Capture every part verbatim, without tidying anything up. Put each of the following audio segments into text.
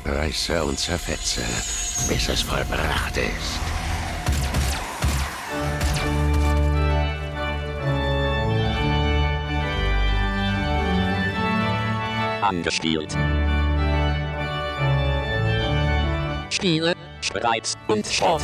Reiße und zerfetze, bis es vollbracht ist. Angespielt. Spiele, Streit und Sport.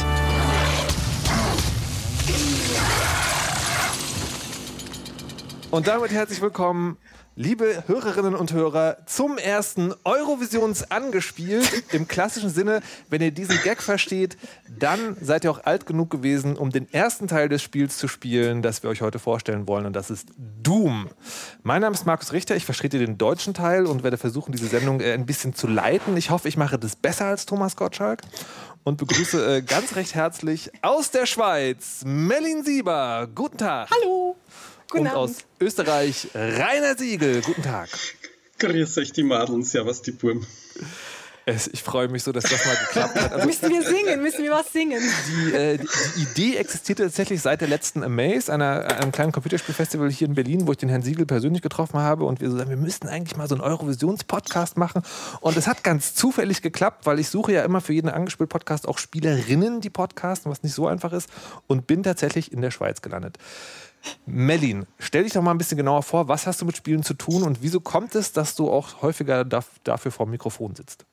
Und damit herzlich willkommen, liebe Hörerinnen und Hörer, zum ersten Eurovisions angespielt. Im klassischen Sinne, wenn ihr diesen Gag versteht, dann seid ihr auch alt genug gewesen, um den ersten Teil des Spiels zu spielen, das wir euch heute vorstellen wollen. Und das ist Doom. Mein Name ist Markus Richter, ich vertrete den deutschen Teil und werde versuchen, diese Sendung äh, ein bisschen zu leiten. Ich hoffe, ich mache das besser als Thomas Gottschalk. Und begrüße äh, ganz recht herzlich aus der Schweiz Mellin Sieber. Guten Tag. Hallo. Guten Und Abend. aus Österreich Rainer Siegel. Guten Tag. Grüß euch die Madeln, servus die Burm. Es, ich freue mich so, dass das mal geklappt hat. Also, müssen wir singen, müssen wir was singen? die, äh, die, die Idee existierte tatsächlich seit der letzten Amaze, einer, einem kleinen Computerspielfestival hier in Berlin, wo ich den Herrn Siegel persönlich getroffen habe. Und wir so sagen, wir müssten eigentlich mal so einen Eurovisions-Podcast machen. Und es hat ganz zufällig geklappt, weil ich suche ja immer für jeden Angespielt-Podcast auch Spielerinnen, die podcasten, was nicht so einfach ist. Und bin tatsächlich in der Schweiz gelandet. Mellin, stell dich doch mal ein bisschen genauer vor, was hast du mit Spielen zu tun und wieso kommt es, dass du auch häufiger dafür vor dem Mikrofon sitzt?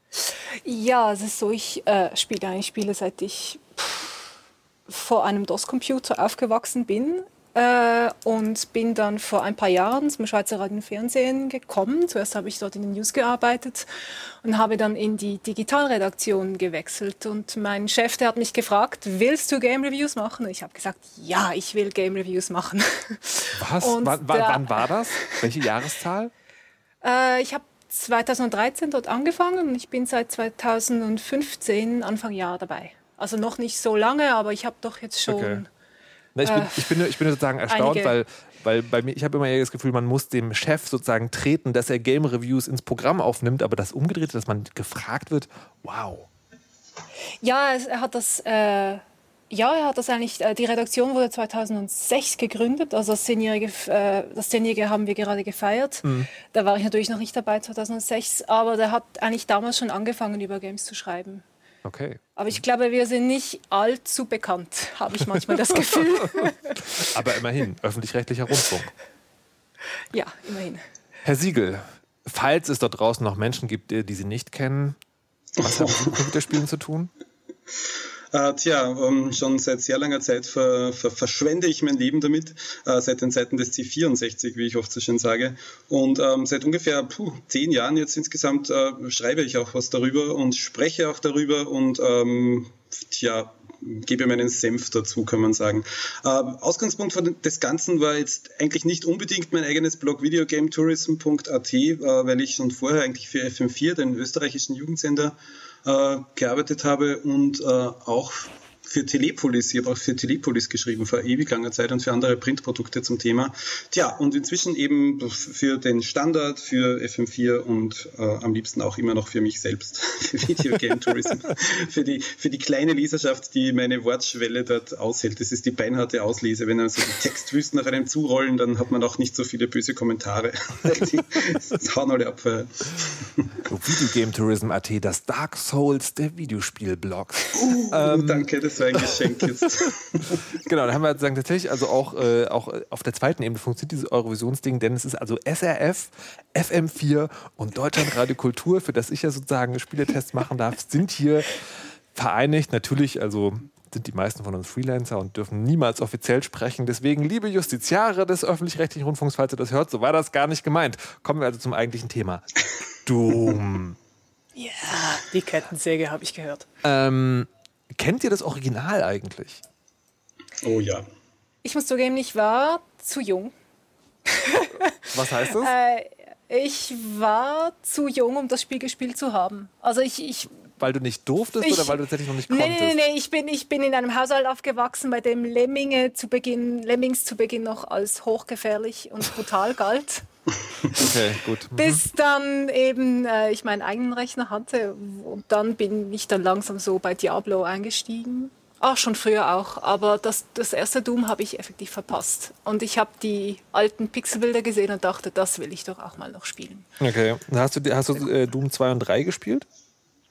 Ja, es ist so, ich äh, spiele eigentlich Spiele, seit ich pff, vor einem DOS-Computer aufgewachsen bin äh, und bin dann vor ein paar Jahren zum Schweizer Radio und Fernsehen gekommen. Zuerst habe ich dort in den News gearbeitet und habe dann in die Digitalredaktion gewechselt. Und mein Chef, der hat mich gefragt, willst du Game Reviews machen? Und ich habe gesagt, ja, ich will Game Reviews machen. Was? Und wann, da, wann war das? Welche Jahreszahl? Äh, ich habe zweitausenddreizehn dort angefangen und ich bin seit zweitausendfünfzehn Anfang Jahr dabei. Also noch nicht so lange, aber ich habe doch jetzt schon... Okay. Na, ich, bin, äh, ich, bin, ich bin sozusagen erstaunt, weil, weil bei mir, ich habe immer eher das Gefühl, man muss dem Chef sozusagen treten, dass er Game Reviews ins Programm aufnimmt, aber das Umgedrehte, dass man gefragt wird, wow. Ja, er hat das... Äh, Ja, er hat das eigentlich, die Redaktion wurde zweitausendsechs gegründet, also das Zehnjährige, das Zehnjährige haben wir gerade gefeiert. Mhm. Da war ich natürlich noch nicht dabei, zweitausendsechs, aber der hat eigentlich damals schon angefangen, über Games zu schreiben. Okay. Aber ich glaube, wir sind nicht allzu bekannt, habe ich manchmal das Gefühl. Aber immerhin, öffentlich-rechtlicher Rundfunk. Ja, immerhin. Herr Siegel, falls es dort draußen noch Menschen gibt, die Sie nicht kennen, was haben Sie mit Computerspielen zu tun? Äh, tja, ähm, schon seit sehr langer Zeit ver, ver, verschwende ich mein Leben damit, äh, seit den Zeiten des C vierundsechzig, wie ich oft so schön sage. Und ähm, seit ungefähr puh, zehn Jahren jetzt insgesamt äh, schreibe ich auch was darüber und spreche auch darüber und ähm, tja, gebe meinen Senf dazu, kann man sagen. Äh, Ausgangspunkt von des Ganzen war jetzt eigentlich nicht unbedingt mein eigenes Blog videogametourism punkt a t, äh, weil ich schon vorher eigentlich für F M vier, den österreichischen Jugendsender, äh, gearbeitet habe und äh, auch für Telepolis, ich habe auch für Telepolis geschrieben vor ewig langer Zeit und für andere Printprodukte zum Thema. Tja, und inzwischen eben für den Standard, für F M vier und äh, am liebsten auch immer noch für mich selbst, für Video Game Tourism, für die, für die kleine Leserschaft, die meine Wortschwelle dort aushält. Das ist die beinharte Auslese. Wenn also die Textwüsten nach einem zurollen, dann hat man auch nicht so viele böse Kommentare. Die hauen alle ab. Video Game Tourism punkt a t, das Dark Souls der Videospielblogs. Uh, ähm, danke, das war ein Geschenk jetzt. Genau, da haben wir sozusagen tatsächlich also auch, äh, auch auf der zweiten Ebene funktioniert dieses Eurovisionsding, denn es ist also S R F, F M vier und Deutschland Radio Kultur, für das ich ja sozusagen Spieletests machen darf, sind hier vereinigt. Natürlich, also sind die meisten von uns Freelancer und dürfen niemals offiziell sprechen. Deswegen, liebe Justiziare des öffentlich-rechtlichen Rundfunks, falls ihr das hört, so war das gar nicht gemeint. Kommen wir also zum eigentlichen Thema. Doom. Ja, die Kettensäge habe ich gehört. Ähm, kennt ihr das Original eigentlich? Oh ja. Ich muss zugeben, ich war zu jung. Was heißt das? äh, ich war zu jung, um das Spiel gespielt zu haben. Also ich... ich weil du nicht durftest ich, oder weil du tatsächlich noch nicht nee, konntest? Nee, nee, nee. Ich bin, ich bin in einem Haushalt aufgewachsen, bei dem Lemminge zu Beginn, Lemmings zu Beginn noch als hochgefährlich und brutal galt. Okay, gut. Mhm. Bis dann eben äh, ich meinen eigenen Rechner hatte und dann bin ich dann langsam so bei Diablo eingestiegen. Ach, schon früher auch, aber das, das erste Doom habe ich effektiv verpasst. Und ich habe die alten Pixelbilder gesehen und dachte, das will ich doch auch mal noch spielen. Okay, hast du, hast du äh, Doom zwei und drei gespielt?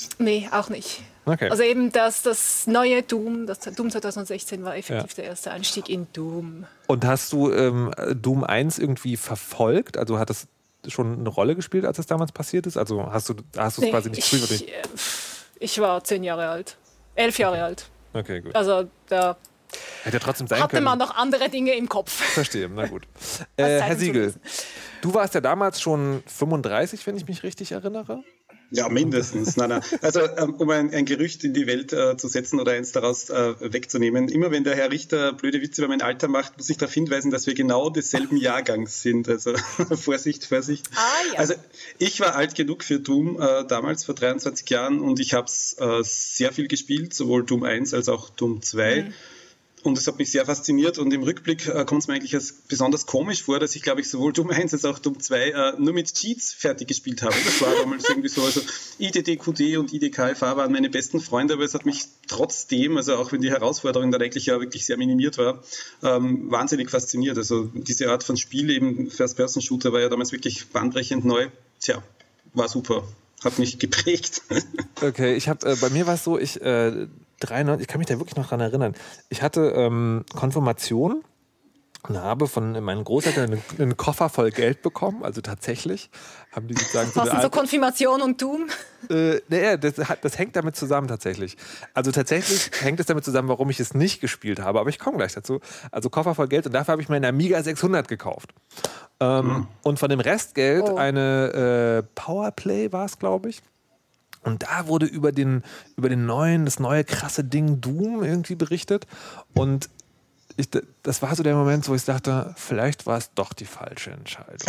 Nee, auch nicht. Okay. Also eben das, das neue Doom, das Doom zwanzig sechzehn war effektiv Ja. der erste Einstieg in Doom. Und hast du ähm, Doom eins irgendwie verfolgt? Also hat das schon eine Rolle gespielt, als es damals passiert ist? Also hast du hast du es Nee, quasi nicht ich, gespielt? ich, äh, ich war zehn Jahre alt. Elf Jahre alt. Okay, gut. Also da Hätte ja trotzdem sein hatte können. man noch andere Dinge im Kopf. Verstehe, na gut. Was Äh, Herr Zeitung zu Siegel, lesen. du warst ja damals schon fünfunddreißig, wenn ich mich richtig erinnere. Ja, mindestens. Nein, nein. Also, ähm, um ein, ein Gerücht in die Welt äh, zu setzen oder eins daraus äh, wegzunehmen, immer wenn der Herr Richter blöde Witze über mein Alter macht, muss ich darauf hinweisen, dass wir genau desselben Jahrgangs sind. Also, Vorsicht, Vorsicht. Ah, ja. Also, ich war alt genug für Doom äh, damals, vor dreiundzwanzig Jahren, und ich habe es äh, sehr viel gespielt, sowohl Doom eins als auch Doom zwei. Mhm. Und es hat mich sehr fasziniert, und im Rückblick äh, kommt es mir eigentlich als besonders komisch vor, dass ich, glaube ich, sowohl Doom eins als auch Doom zwei äh, nur mit Cheats fertig gespielt habe. Das war damals irgendwie so, also I D D Q D und I D K F A waren meine besten Freunde, aber es hat mich trotzdem, also auch wenn die Herausforderung dann eigentlich ja wirklich sehr minimiert war, ähm, wahnsinnig fasziniert. Also diese Art von Spiel, eben First-Person-Shooter, war ja damals wirklich bahnbrechend neu. Tja, war super. Hat mich geprägt. Okay, ich habe äh, bei mir war es so, ich äh, dreiundneunzig, ich kann mich da wirklich noch dran erinnern. Ich hatte ähm, Konfirmation und habe von meinen Großeltern einen, einen Koffer voll Geld bekommen. Also tatsächlich haben die sozusagen Was sind so Konfirmation und Doom? Äh, naja, das, hat, das hängt damit zusammen tatsächlich. Also tatsächlich hängt es damit zusammen, warum ich es nicht gespielt habe. Aber ich komme gleich dazu. Also Koffer voll Geld, und dafür habe ich mir einen Amiga sechshundert gekauft. Ähm, mhm. Und von dem Restgeld oh. eine äh, Powerplay war es, glaube ich. Und da wurde über den, über den neuen, das neue krasse Ding Doom irgendwie berichtet. Und ich, das war so der Moment, wo ich dachte, vielleicht war es doch die falsche Entscheidung.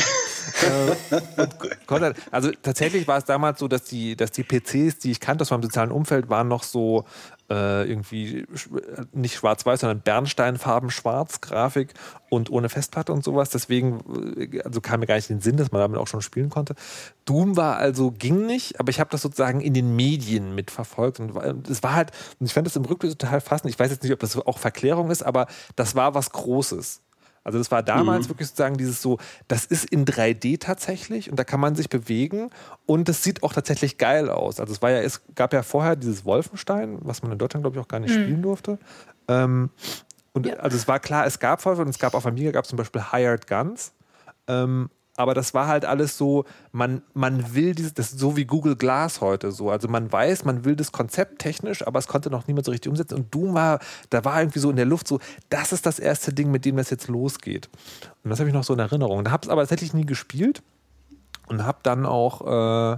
äh, also tatsächlich war es damals so, dass die, dass die P Cs, die ich kannte aus meinem sozialen Umfeld, waren noch so äh, irgendwie nicht schwarz-weiß, sondern Bernsteinfarben, schwarz, Grafik und ohne Festplatte und sowas. Deswegen also kam mir gar nicht in den Sinn, dass man damit auch schon spielen konnte. Doom war also, ging nicht, aber ich habe das sozusagen in den Medien mitverfolgt. Und es war halt, und ich fand das im Rückblick total fassend. Ich weiß jetzt nicht, ob das auch Verklärung ist, aber das war was Großes. Also das war damals mhm. wirklich sozusagen dieses so, das ist in drei D tatsächlich, und da kann man sich bewegen, und das sieht auch tatsächlich geil aus. Also es war ja, es gab ja vorher dieses Wolfenstein, was man in Deutschland, glaube ich, auch gar nicht mhm. spielen durfte. Ähm, und ja. also es war klar, es gab Wolfenstein, und es gab auf Amiga gab es zum Beispiel Hired Guns. Ähm, aber das war halt alles so, man, man will dieses, das ist so wie Google Glass heute so. Also man weiß, man will das Konzept technisch, aber es konnte noch niemand so richtig umsetzen. Und Doom war, da war irgendwie so in der Luft so, das ist das erste Ding, mit dem das jetzt losgeht. Und das habe ich noch so in Erinnerung. Da habe es aber tatsächlich nie gespielt und habe dann auch, äh,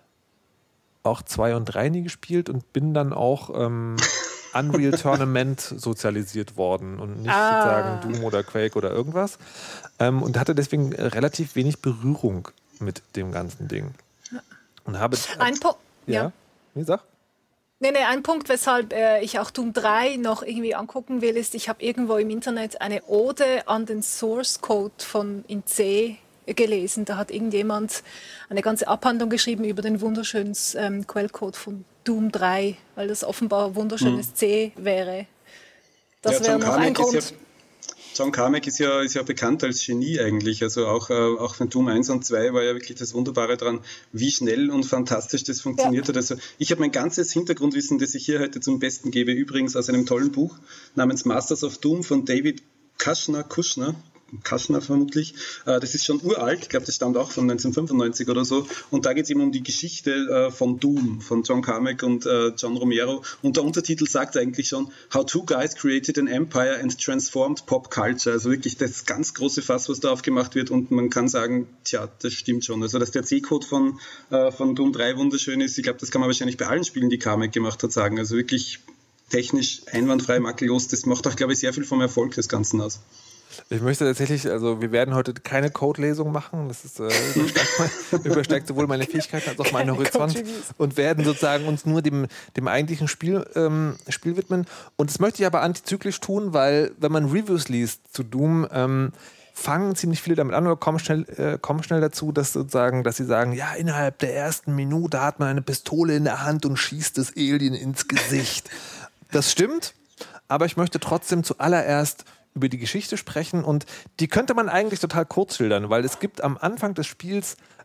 auch zwei und drei nie gespielt und bin dann auch ähm, Unreal Tournament sozialisiert worden und nicht ah. sozusagen Doom oder Quake oder irgendwas. Ähm, und hatte deswegen relativ wenig Berührung mit dem ganzen Ding. Und habe... Ein Punkt... Ja, ja. Nee, sag. Nee, nee, ein Punkt, weshalb äh, ich auch Doom drei noch irgendwie angucken will, ist, ich habe irgendwo im Internet eine Ode an den Source Code von in C gelesen. Da hat irgendjemand eine ganze Abhandlung geschrieben über den wunderschönen ähm, Quellcode von Doom drei, weil das offenbar wunderschönes hm. C wäre. Das ja, wäre noch ein Grund. Ja, John Carmack ist ja, ist ja bekannt als Genie eigentlich. Also auch, äh, auch von Doom eins und zwei war ja wirklich das Wunderbare daran, wie schnell und fantastisch das funktioniert ja. hat. Also ich habe mein ganzes Hintergrundwissen, das ich hier heute zum Besten gebe, übrigens aus einem tollen Buch namens Masters of Doom von David Kushner, Kushner. Kushner vermutlich. Das ist schon uralt, ich glaube, das stammt auch von neunzehnhundertfünfundneunzig oder so. Und da geht es eben um die Geschichte von Doom, von John Carmack und John Romero. Und der Untertitel sagt eigentlich schon, How two guys created an empire and transformed pop culture. Also wirklich das ganz große Fass, was da aufgemacht wird. Und man kann sagen, tja, das stimmt schon. Also dass der C-Code von, von Doom drei wunderschön ist, ich glaube, das kann man wahrscheinlich bei allen Spielen, die Carmack gemacht hat, sagen. Also wirklich technisch einwandfrei, makellos. Das macht auch, glaube ich, sehr viel vom Erfolg des Ganzen aus. Ich möchte tatsächlich, also wir werden heute keine Code-Lesung machen, das ist, äh, übersteigt, übersteigt sowohl meine Fähigkeiten als auch meinen Horizont, und werden sozusagen uns nur dem, dem eigentlichen Spiel, ähm, Spiel widmen. Und das möchte ich aber antizyklisch tun, weil wenn man Reviews liest zu Doom, ähm, fangen ziemlich viele damit an oder kommen schnell, äh, kommen schnell dazu, dass sozusagen, dass sie sagen, ja, innerhalb der ersten Minute hat man eine Pistole in der Hand und schießt das Alien ins Gesicht. Das stimmt, aber ich möchte trotzdem zuallererst über die Geschichte sprechen, und die könnte man eigentlich total kurz schildern, weil es gibt am Anfang des Spiels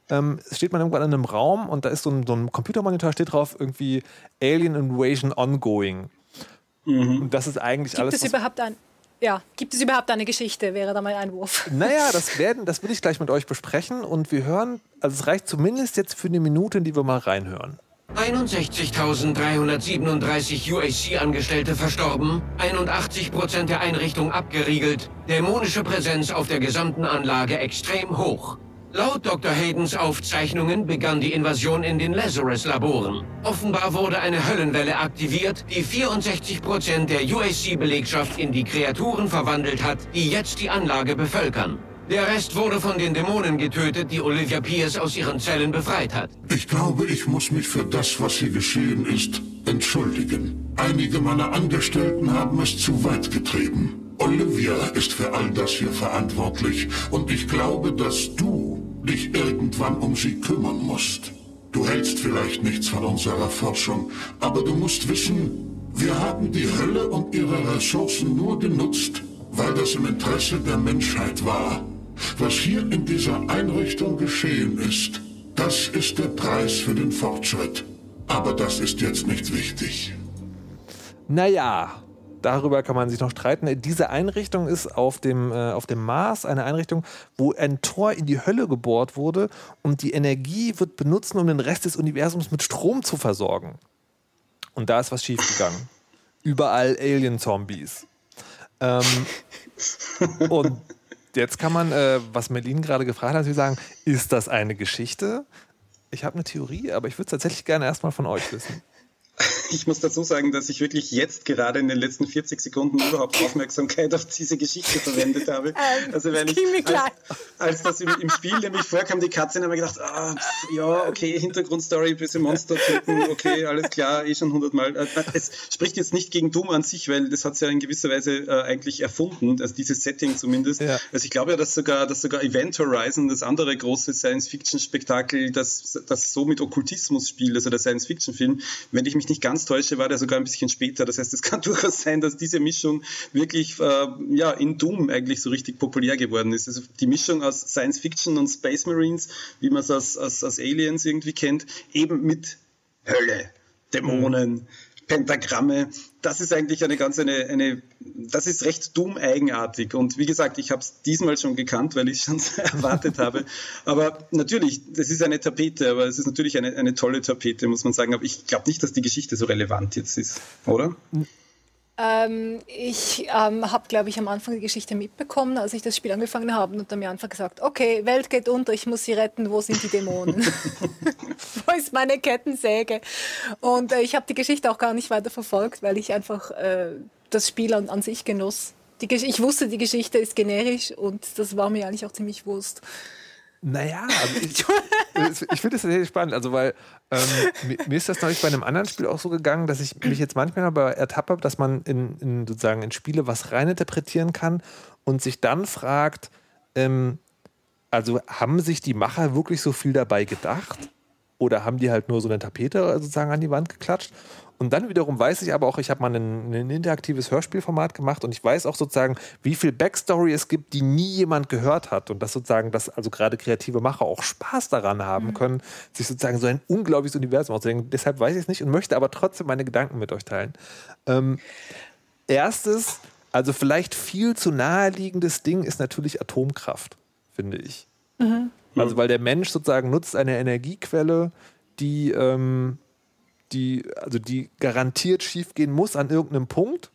ähm, steht man irgendwann in einem Raum und da ist so ein, so ein Computermonitor, steht drauf irgendwie Alien Invasion Ongoing. Mhm. Und das ist eigentlich Gibt alles. Es überhaupt ein, ja, gibt es überhaupt eine Geschichte, wäre da mein Einwurf. Naja, das werden, das will ich gleich mit euch besprechen und wir hören, also es reicht zumindest jetzt für eine Minute, in die wir mal reinhören. einundsechzigtausenddreihundertsiebenunddreißig U A C-Angestellte verstorben, einundachtzig Prozent der Einrichtung abgeriegelt, dämonische Präsenz auf der gesamten Anlage extrem hoch. Laut Doktor Haydens Aufzeichnungen begann die Invasion in den Lazarus-Laboren. Offenbar wurde eine Höllenwelle aktiviert, die vierundsechzig Prozent der U A C-Belegschaft in die Kreaturen verwandelt hat, die jetzt die Anlage bevölkern. Der Rest wurde von den Dämonen getötet, die Olivia Pierce aus ihren Zellen befreit hat. Ich glaube, ich muss mich für das, was hier geschehen ist, entschuldigen. Einige meiner Angestellten haben es zu weit getrieben. Olivia ist für all das hier verantwortlich und ich glaube, dass du dich irgendwann um sie kümmern musst. Du hältst vielleicht nichts von unserer Forschung, aber du musst wissen, wir haben die Hölle und ihre Ressourcen nur genutzt, weil das im Interesse der Menschheit war. Was hier in dieser Einrichtung geschehen ist, das ist der Preis für den Fortschritt. Aber das ist jetzt nicht wichtig. Naja, darüber kann man sich noch streiten. Diese Einrichtung ist auf dem, äh, auf dem Mars eine Einrichtung, wo ein Tor in die Hölle gebohrt wurde und die Energie wird benutzt, um den Rest des Universums mit Strom zu versorgen. Und da ist was schiefgegangen. Überall Alien-Zombies. Ähm, und jetzt kann man, äh, was Merlin gerade gefragt hat, Sie sagen, ist das eine Geschichte? Ich habe eine Theorie, aber ich würde es tatsächlich gerne erstmal von euch wissen. Ich muss dazu sagen, dass ich wirklich jetzt gerade in den letzten vierzig Sekunden überhaupt Aufmerksamkeit auf diese Geschichte verwendet habe. Also weil ich, als, als das im, im Spiel nämlich vorkam, die Katze, habe ich gedacht, ah, pff, ja, okay, Hintergrundstory, böse Monster töten, okay, alles klar, eh schon hundertmal. Es spricht jetzt nicht gegen Doom an sich, weil das hat es ja in gewisser Weise äh, eigentlich erfunden, also dieses Setting zumindest. Ja. Also ich glaube ja, dass sogar, dass sogar Event Horizon, das andere große Science-Fiction-Spektakel, das, das so mit Okkultismus spielt, also der Science-Fiction-Film, wenn ich mich nicht ganz täusche, war der sogar ein bisschen später. Das heißt, es kann durchaus sein, dass diese Mischung wirklich äh, ja, in Doom eigentlich so richtig populär geworden ist. Also die Mischung aus Science Fiction und Space Marines, wie man es aus, aus, aus Aliens irgendwie kennt, eben mit Hölle, Dämonen, mhm. Pentagramme. Das ist eigentlich eine ganz eine, eine das ist recht Doom-eigenartig. Und wie gesagt, ich habe es diesmal schon gekannt, weil ich es schon erwartet habe. Aber natürlich, das ist eine Tapete, aber es ist natürlich eine, eine tolle Tapete, muss man sagen. Aber ich glaube nicht, dass die Geschichte so relevant jetzt ist, oder? Ähm, ich ähm, habe, glaube ich, am Anfang die Geschichte mitbekommen, als ich das Spiel angefangen habe und dann mir einfach gesagt, okay, Welt geht unter, ich muss sie retten, wo sind die Dämonen? Wo ist meine Kettensäge? Und äh, ich habe die Geschichte auch gar nicht weiter verfolgt, weil ich einfach äh, das Spiel an, an sich genoss. Die Gesch- ich wusste, die Geschichte ist generisch und das war mir eigentlich auch ziemlich Wurst. Naja, also ich, ich finde das tatsächlich spannend, also weil ähm, mir, mir ist das neulich bei einem anderen Spiel auch so gegangen, dass ich mich jetzt manchmal aber ertappe, dass man in, in, sozusagen in Spiele was reininterpretieren kann und sich dann fragt, ähm, also haben sich die Macher wirklich so viel dabei gedacht oder haben die halt nur so eine Tapete sozusagen an die Wand geklatscht? Und dann wiederum weiß ich aber auch, ich habe mal ein, ein interaktives Hörspielformat gemacht und ich weiß auch sozusagen, wie viel Backstory es gibt, die nie jemand gehört hat. Und dass sozusagen, dass also gerade kreative Macher auch Spaß daran haben können, sich sozusagen so ein unglaubliches Universum auszudenken. Deshalb weiß ich es nicht und möchte aber trotzdem meine Gedanken mit euch teilen. Ähm, erstes, also vielleicht viel zu naheliegendes Ding ist natürlich Atomkraft, finde ich. Mhm. Also weil der Mensch sozusagen nutzt eine Energiequelle, die... Ähm, die, also die garantiert schief gehen muss an irgendeinem Punkt.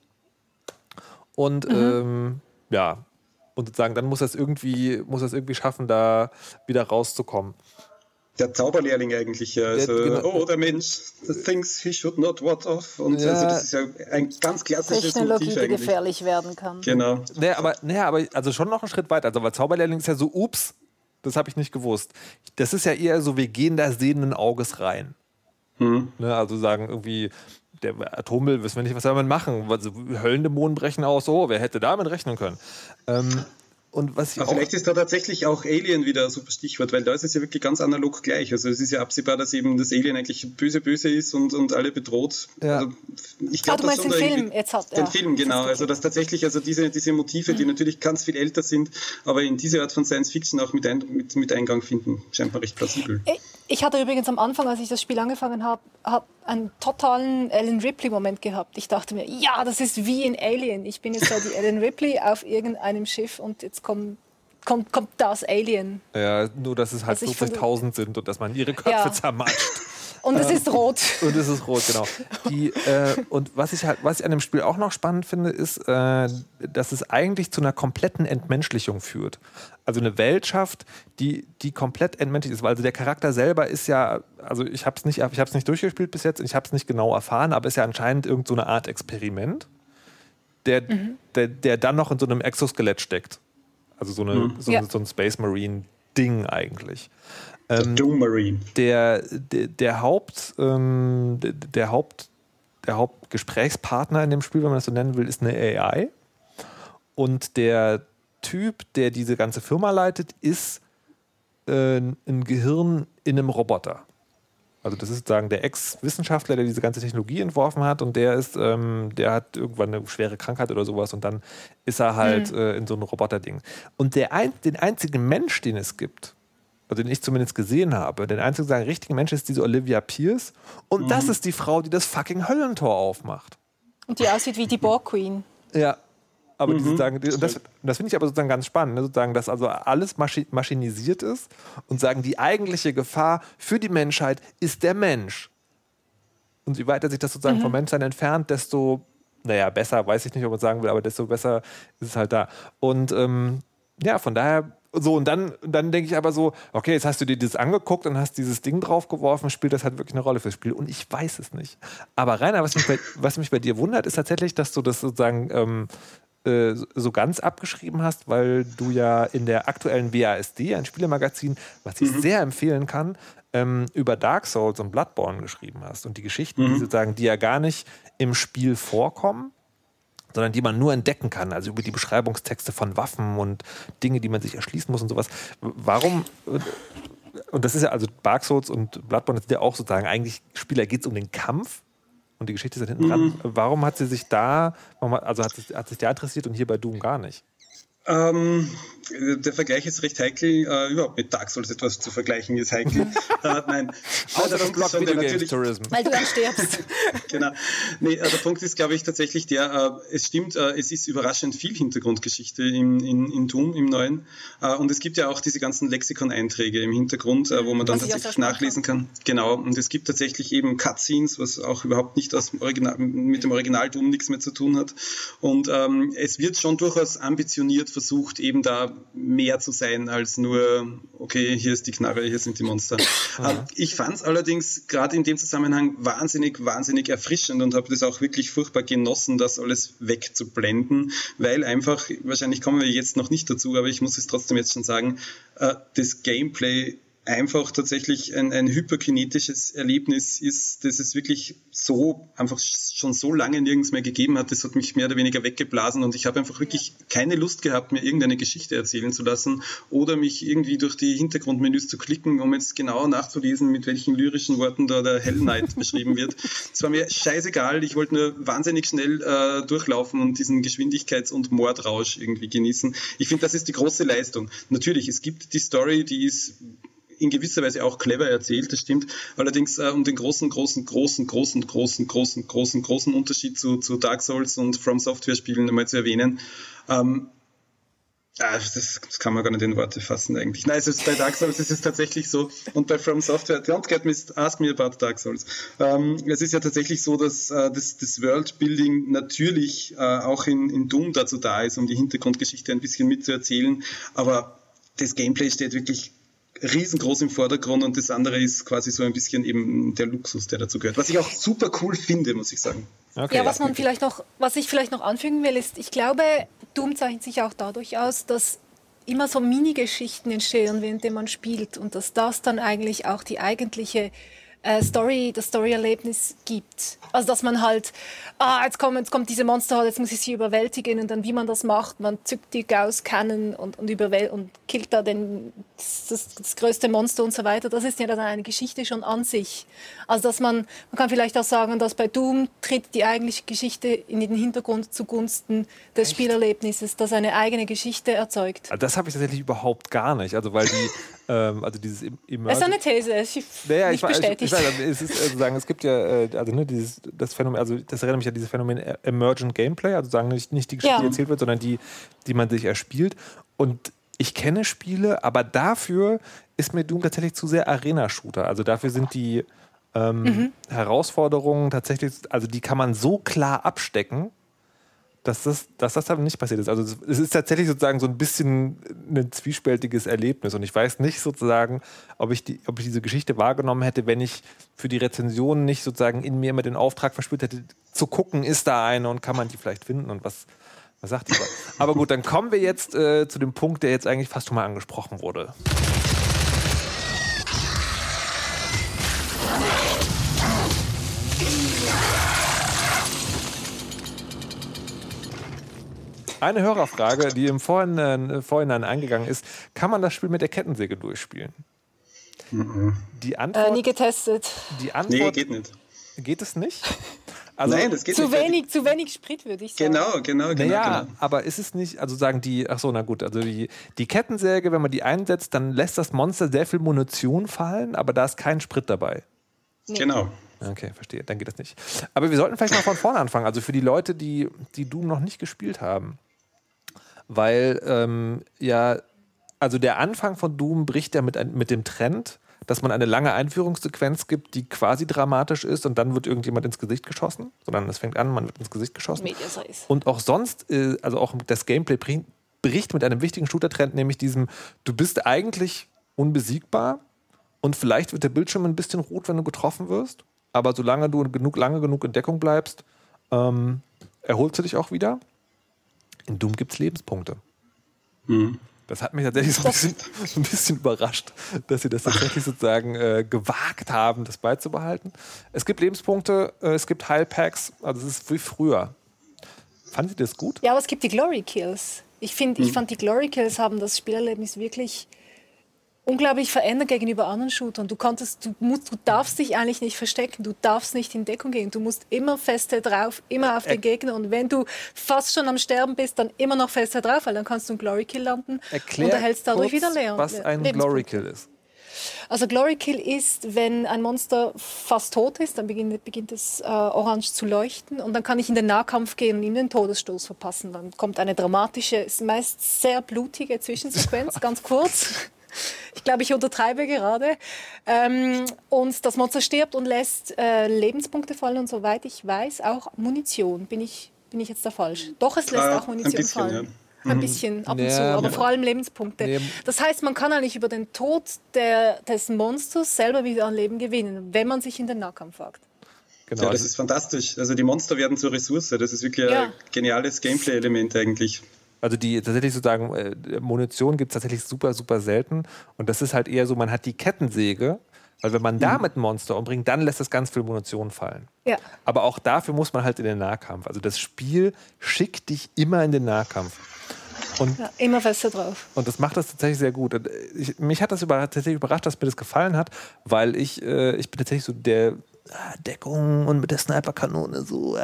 Und mhm. ähm, ja, und sozusagen dann muss das irgendwie, muss das irgendwie schaffen, da wieder rauszukommen. Der Zauberlehrling eigentlich, ja. Also, der, genau. Oh, der Mensch, the things he should not what of. Und ja, also das ist ja ein ganz klassisches Technologie, Motiv eigentlich. Die gefährlich werden kann. Genau. Naja, aber, naja, aber also schon noch einen Schritt weiter. Also, weil Zauberlehrling ist ja so, ups, das habe ich nicht gewusst. Das ist ja eher so, wir gehen da sehenden Auges rein. Hm. Ne, also sagen irgendwie, der Atommüll, wissen wir nicht, was soll man machen? Also Höllendämonen brechen aus, oh, wer hätte damit rechnen können? Ähm, und was ich Aber auch vielleicht ist da tatsächlich auch Alien wieder ein super Stichwort, weil da ist es ja wirklich ganz analog gleich. Also es ist ja absehbar, dass eben das Alien eigentlich böse, böse ist und, und alle bedroht. Ja. Also ich Ah, glaube, du meinst den Film jetzt hat. Den Ja. Film, genau. Also dass tatsächlich also diese, diese Motive, die natürlich ganz viel älter sind, aber in diese Art von Science Fiction auch mit, ein, mit, mit Eingang finden, scheinbar recht plausibel. Ich hatte übrigens am Anfang, als ich das Spiel angefangen habe, hab einen totalen Ellen Ripley-Moment gehabt. Ich dachte mir, ja, das ist wie in Alien. Ich bin jetzt da die Ellen Ripley auf irgendeinem Schiff und jetzt kommt, kommt, kommt das Alien. ja, nur dass es halt Also ich fünfzigtausend sind und dass man ihre Köpfe Ja. zermatscht. Und es ist rot. Und es ist rot, genau. Die, äh, und was ich halt, was ich an dem Spiel auch noch spannend finde, ist, äh, dass es eigentlich zu einer kompletten Entmenschlichung führt. Also eine Welt schafft, die, die komplett entmenschlich ist. Weil also der Charakter selber ist ja, also ich habe es nicht, ich habe es nicht durchgespielt bis jetzt, ich habe es nicht genau erfahren, aber ist ja anscheinend irgend so eine Art Experiment, der, mhm. der, der dann noch in so einem Exoskelett steckt. Also so, eine, mhm. so, ja. so ein Space Marine Ding eigentlich. Ähm, Doom Marine. Der, der, der Haupt, ähm, der, der Haupt, der Hauptgesprächspartner in dem Spiel, wenn man das so nennen will, ist eine A I. Und der Typ, der diese ganze Firma leitet, ist äh, ein Gehirn in einem Roboter. Also das ist sozusagen der Ex-Wissenschaftler, der diese ganze Technologie entworfen hat und der ist, ähm, der hat irgendwann eine schwere Krankheit oder sowas und dann ist er halt mhm. äh, in so einem Roboter-Ding. Und der ein, den einzigen Mensch, den es gibt, also den ich zumindest gesehen habe, der einzige sagen, richtige Mensch ist diese Olivia Pierce und mhm. das ist die Frau, die das fucking Höllentor aufmacht. Und die aussieht wie die Borg Queen. Ja. Aber Mhm. die sozusagen, und das, das finde ich aber sozusagen ganz spannend, ne? Sozusagen, dass also alles maschi- maschinisiert ist und sagen, die eigentliche Gefahr für die Menschheit ist der Mensch. Und je weiter sich das sozusagen mhm. vom Menschsein entfernt, desto, naja, besser, weiß ich nicht, ob man sagen will, aber desto besser ist es halt da. Und ähm, ja, von daher, so, und dann, dann denke ich aber so, okay, jetzt hast du dir das angeguckt und hast dieses Ding draufgeworfen, spielt das halt wirklich eine Rolle fürs Spiel? Und ich weiß es nicht. Aber Rainer, was mich bei, was mich bei dir wundert, ist tatsächlich, dass du das sozusagen ähm, so ganz abgeschrieben hast, weil du ja in der aktuellen W A S D, ein Spielemagazin, was ich mhm. sehr empfehlen kann, ähm, über Dark Souls und Bloodborne geschrieben hast. Und die Geschichten, mhm. die sozusagen, die ja gar nicht im Spiel vorkommen, sondern die man nur entdecken kann, also über die Beschreibungstexte von Waffen und Dinge, die man sich erschließen muss und sowas. Warum, und das ist ja, also Dark Souls und Bloodborne, das sind ja auch sozusagen eigentlich Spieler, geht es um den Kampf, und die Geschichte ist hinten dran. Mhm. Warum hat sie sich da, also hat sich, hat sich der interessiert und hier bei Doom gar nicht? Ähm, der Vergleich ist recht heikel. Äh, überhaupt mit Dark Souls etwas zu vergleichen ist heikel. äh, nein, außer das Blog Video Games Tourism. Weil du dann stirbst. Genau. Nee, äh, der Punkt ist, glaube ich, tatsächlich der, äh, es stimmt, äh, es ist überraschend viel Hintergrundgeschichte in, in, in Doom, im Neuen. Äh, und es gibt ja auch diese ganzen Lexikon-Einträge im Hintergrund, äh, wo man dann was tatsächlich nachlesen kann. Genau. Und es gibt tatsächlich eben Cutscenes, was auch überhaupt nicht aus dem Original, mit dem Original Doom nichts mehr zu tun hat. Und ähm, es wird schon durchaus ambitioniert versucht, eben da mehr zu sein als nur, okay, hier ist die Knarre, hier sind die Monster. Mhm. Ich fand es allerdings gerade in dem Zusammenhang wahnsinnig, wahnsinnig erfrischend und habe das auch wirklich furchtbar genossen, das alles wegzublenden, weil einfach, wahrscheinlich kommen wir jetzt noch nicht dazu, aber ich muss es trotzdem jetzt schon sagen, äh, das Gameplay einfach tatsächlich ein, ein hyperkinetisches Erlebnis ist, das es wirklich so, einfach schon so lange nirgends mehr gegeben hat. Das hat mich mehr oder weniger weggeblasen und ich habe einfach wirklich keine Lust gehabt, mir irgendeine Geschichte erzählen zu lassen oder mich irgendwie durch die Hintergrundmenüs zu klicken, um jetzt genau nachzulesen, mit welchen lyrischen Worten da der Hell Knight beschrieben wird. Es war mir scheißegal, ich wollte nur wahnsinnig schnell äh, durchlaufen und diesen Geschwindigkeits- und Mordrausch irgendwie genießen. Ich finde, das ist die große Leistung. Natürlich, es gibt die Story, die ist in gewisser Weise auch clever erzählt, das stimmt. Allerdings äh, um den großen, großen, großen, großen, großen, großen, großen, großen Unterschied zu, zu Dark Souls und From Software Spielen einmal zu erwähnen. Ähm, ah, das, das kann man gar nicht in Worte fassen eigentlich. Nein, also bei Dark Souls ist es tatsächlich so und bei From Software, don't get me, ask me about Dark Souls. Ähm, es ist ja tatsächlich so, dass äh, das, das Worldbuilding natürlich äh, auch in, in Doom dazu da ist, um die Hintergrundgeschichte ein bisschen mitzuerzählen, aber das Gameplay steht wirklich riesengroß im Vordergrund und das andere ist quasi so ein bisschen eben der Luxus, der dazu gehört. Was ich auch super cool finde, muss ich sagen. Okay, ja, was man vielleicht noch, was ich vielleicht noch anfügen will, ist, ich glaube, Doom zeichnet sich auch dadurch aus, dass immer so Mini-Geschichten entstehen, während man spielt und dass das dann eigentlich auch die eigentliche äh, Story, das Story-Erlebnis gibt. Also dass man halt, ah, jetzt kommt, jetzt kommt diese Monster, jetzt muss ich sie überwältigen und dann wie man das macht, man zückt die Gauss-Cannon und, und, überwäl- und killt da den, das, das, das größte Monster und so weiter. Das ist ja dann eine Geschichte schon an sich. Also dass man, man kann vielleicht auch sagen, dass bei Doom tritt die eigentliche Geschichte in den Hintergrund zugunsten des Echt? Spielerlebnisses, das eine eigene Geschichte erzeugt. Also das habe ich tatsächlich überhaupt gar nicht. Also weil die, ähm, also dieses Immersive... Das ist eine These, ist naja, nicht ich, bestätigt. Ich, ich weiß, es ist äh, sozusagen, es gibt ja, äh, also ne, dieses, das Phänomen, also das erinnert mich an dieses Phänomen Emergent Gameplay, also sagen nicht, nicht die Geschichte, ja. die erzählt wird, sondern die, die man sich erspielt. Und ich kenne Spiele, aber dafür ist mir Doom tatsächlich zu sehr Arena-Shooter. Also dafür sind die ähm, mhm. Herausforderungen tatsächlich, also die kann man so klar abstecken, dass das, dass das dann nicht passiert ist. Also es ist tatsächlich sozusagen so ein bisschen ein zwiespältiges Erlebnis. Und ich weiß nicht sozusagen, ob ich, die, ob ich diese Geschichte wahrgenommen hätte, wenn ich für die Rezension nicht sozusagen in mir immer den Auftrag verspürt hätte, zu gucken, ist da eine und kann man die vielleicht finden und was, was sagt die? Aber gut, dann kommen wir jetzt äh, zu dem Punkt, der jetzt eigentlich fast schon mal angesprochen wurde. Eine Hörerfrage, die im Vorhinein, Vorhinein eingegangen ist: Kann man das Spiel mit der Kettensäge durchspielen? Mhm. Die Antwort, äh, nie getestet. Die Antwort, nee, geht nicht. Geht es nicht? Also, Nein, das geht zu nicht. Wenig, zu wenig Sprit, würde ich sagen. Genau, genau, genau. Naja, genau. aber ist es nicht, also sagen die, ach so, na gut, also die, die Kettensäge, wenn man die einsetzt, dann lässt das Monster sehr viel Munition fallen, aber da ist kein Sprit dabei. Nee. Genau. Okay, verstehe, dann geht das nicht. Aber wir sollten vielleicht mal von vorne anfangen, also für die Leute, die, die Doom noch nicht gespielt haben. Weil, ähm, ja, also der Anfang von Doom bricht ja mit, ein, mit dem Trend, dass man eine lange Einführungssequenz gibt, die quasi dramatisch ist und dann wird irgendjemand ins Gesicht geschossen, sondern es fängt an, man wird ins Gesicht geschossen. Und auch sonst, äh, also auch das Gameplay bricht mit einem wichtigen Shooter-Trend, nämlich diesem, du bist eigentlich unbesiegbar und vielleicht wird der Bildschirm ein bisschen rot, wenn du getroffen wirst, aber solange du genug, lange genug in Deckung bleibst, ähm, erholst du dich auch wieder. In Doom gibt es Lebenspunkte. Mhm. Das hat mich tatsächlich so ein bisschen, so ein bisschen überrascht, dass sie das tatsächlich sozusagen äh, gewagt haben, das beizubehalten. Es gibt Lebenspunkte, äh, es gibt Heilpacks, also es ist wie früher. Fanden Sie das gut? Ja, aber es gibt die Glory Kills. Ich, find, mhm. ich fand, die Glory Kills haben das Spielerlebnis wirklich unglaublich verändert gegenüber anderen Shootern. Du, konntest, du, musst, du darfst dich eigentlich nicht verstecken, du darfst nicht in Deckung gehen. Du musst immer feste drauf, immer auf den Gegner. Und wenn du fast schon am Sterben bist, dann immer noch feste drauf, weil dann kannst du einen Glory Kill landen. Erklär und erhältst dadurch kurz, wieder leer. was ein Glory Kill ist. Also Glory Kill ist, wenn ein Monster fast tot ist, dann beginnt, beginnt es äh, orange zu leuchten und dann kann ich in den Nahkampf gehen und ihm den Todesstoß verpassen. Dann kommt eine dramatische, meist sehr blutige Zwischensequenz, ganz kurz. Ich glaube, ich untertreibe gerade. Ähm, und das Monster stirbt und lässt äh, Lebenspunkte fallen und soweit ich weiß, auch Munition. Bin ich, bin ich jetzt da falsch? Doch, es lässt äh, auch Munition ein bisschen, fallen. Ja. Ein bisschen, ab und Ja, zu, aber ja. vor allem Lebenspunkte. Nee. Das heißt, man kann eigentlich über den Tod der, des Monsters selber wieder an Leben gewinnen, wenn man sich in den Nahkampf wagt. Genau. Ja, das ist fantastisch. Also die Monster werden zur Ressource. Das ist wirklich Ja. ein geniales Gameplay-Element eigentlich. Also die tatsächlich sozusagen, äh, Munition gibt es tatsächlich super, super selten. Und das ist halt eher so, man hat die Kettensäge, weil wenn man damit ein Monster umbringt, dann lässt das ganz viel Munition fallen. Ja. Aber auch dafür muss man halt in den Nahkampf. Also das Spiel schickt dich immer in den Nahkampf. Und, Ja, immer fester drauf. und das macht das tatsächlich sehr gut. Und ich, mich hat das über, tatsächlich überrascht, dass mir das gefallen hat, weil ich, äh, ich bin tatsächlich so der ah, Deckung und mit der Sniperkanone so,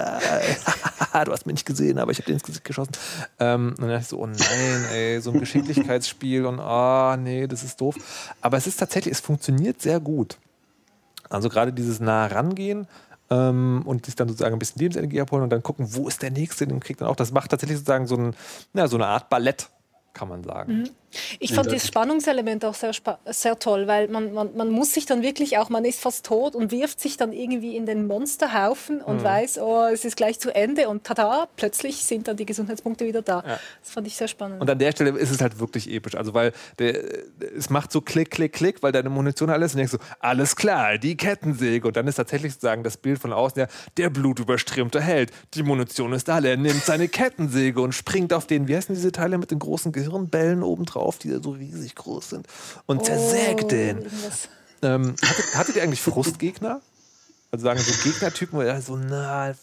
ah, du hast mich nicht gesehen, aber ich habe dir ins Gesicht geschossen. Ähm, und dann dachte ich so, oh nein, ey, so ein Geschicklichkeitsspiel und ah, nee, das ist doof. Aber es ist tatsächlich, es funktioniert sehr gut. Also gerade dieses nah rangehen ähm, und sich dann sozusagen ein bisschen Lebensenergie abholen und dann gucken, wo ist der Nächste, den kriegt dann auch. Das macht tatsächlich sozusagen so, ein, ja, so eine Art Ballett, kann man sagen. Mhm. Ich fand das Spannungselement auch sehr, sehr toll, weil man, man, man muss sich dann wirklich auch, man ist fast tot und wirft sich dann irgendwie in den Monsterhaufen und mhm. weiß, oh, es ist gleich zu Ende und tada, plötzlich sind dann die Gesundheitspunkte wieder da. Ja. Das fand ich sehr spannend. Und an der Stelle ist es halt wirklich episch, also weil der, es macht so Klick, Klick, Klick, weil deine Munition alles ist und denkst so, alles klar, die Kettensäge und dann ist tatsächlich sozusagen das Bild von außen, ja, der blutüberströmte Held, die Munition ist alle, er nimmt seine Kettensäge und springt auf den, wie heißen diese Teile mit den großen Gehirnbällen oben drauf, die so riesig groß sind und oh, zersägt den. Irgendwas. Ähm, hattet, hattet ihr eigentlich Frustgegner? Also sagen so Gegnertypen, wo ihr so, na...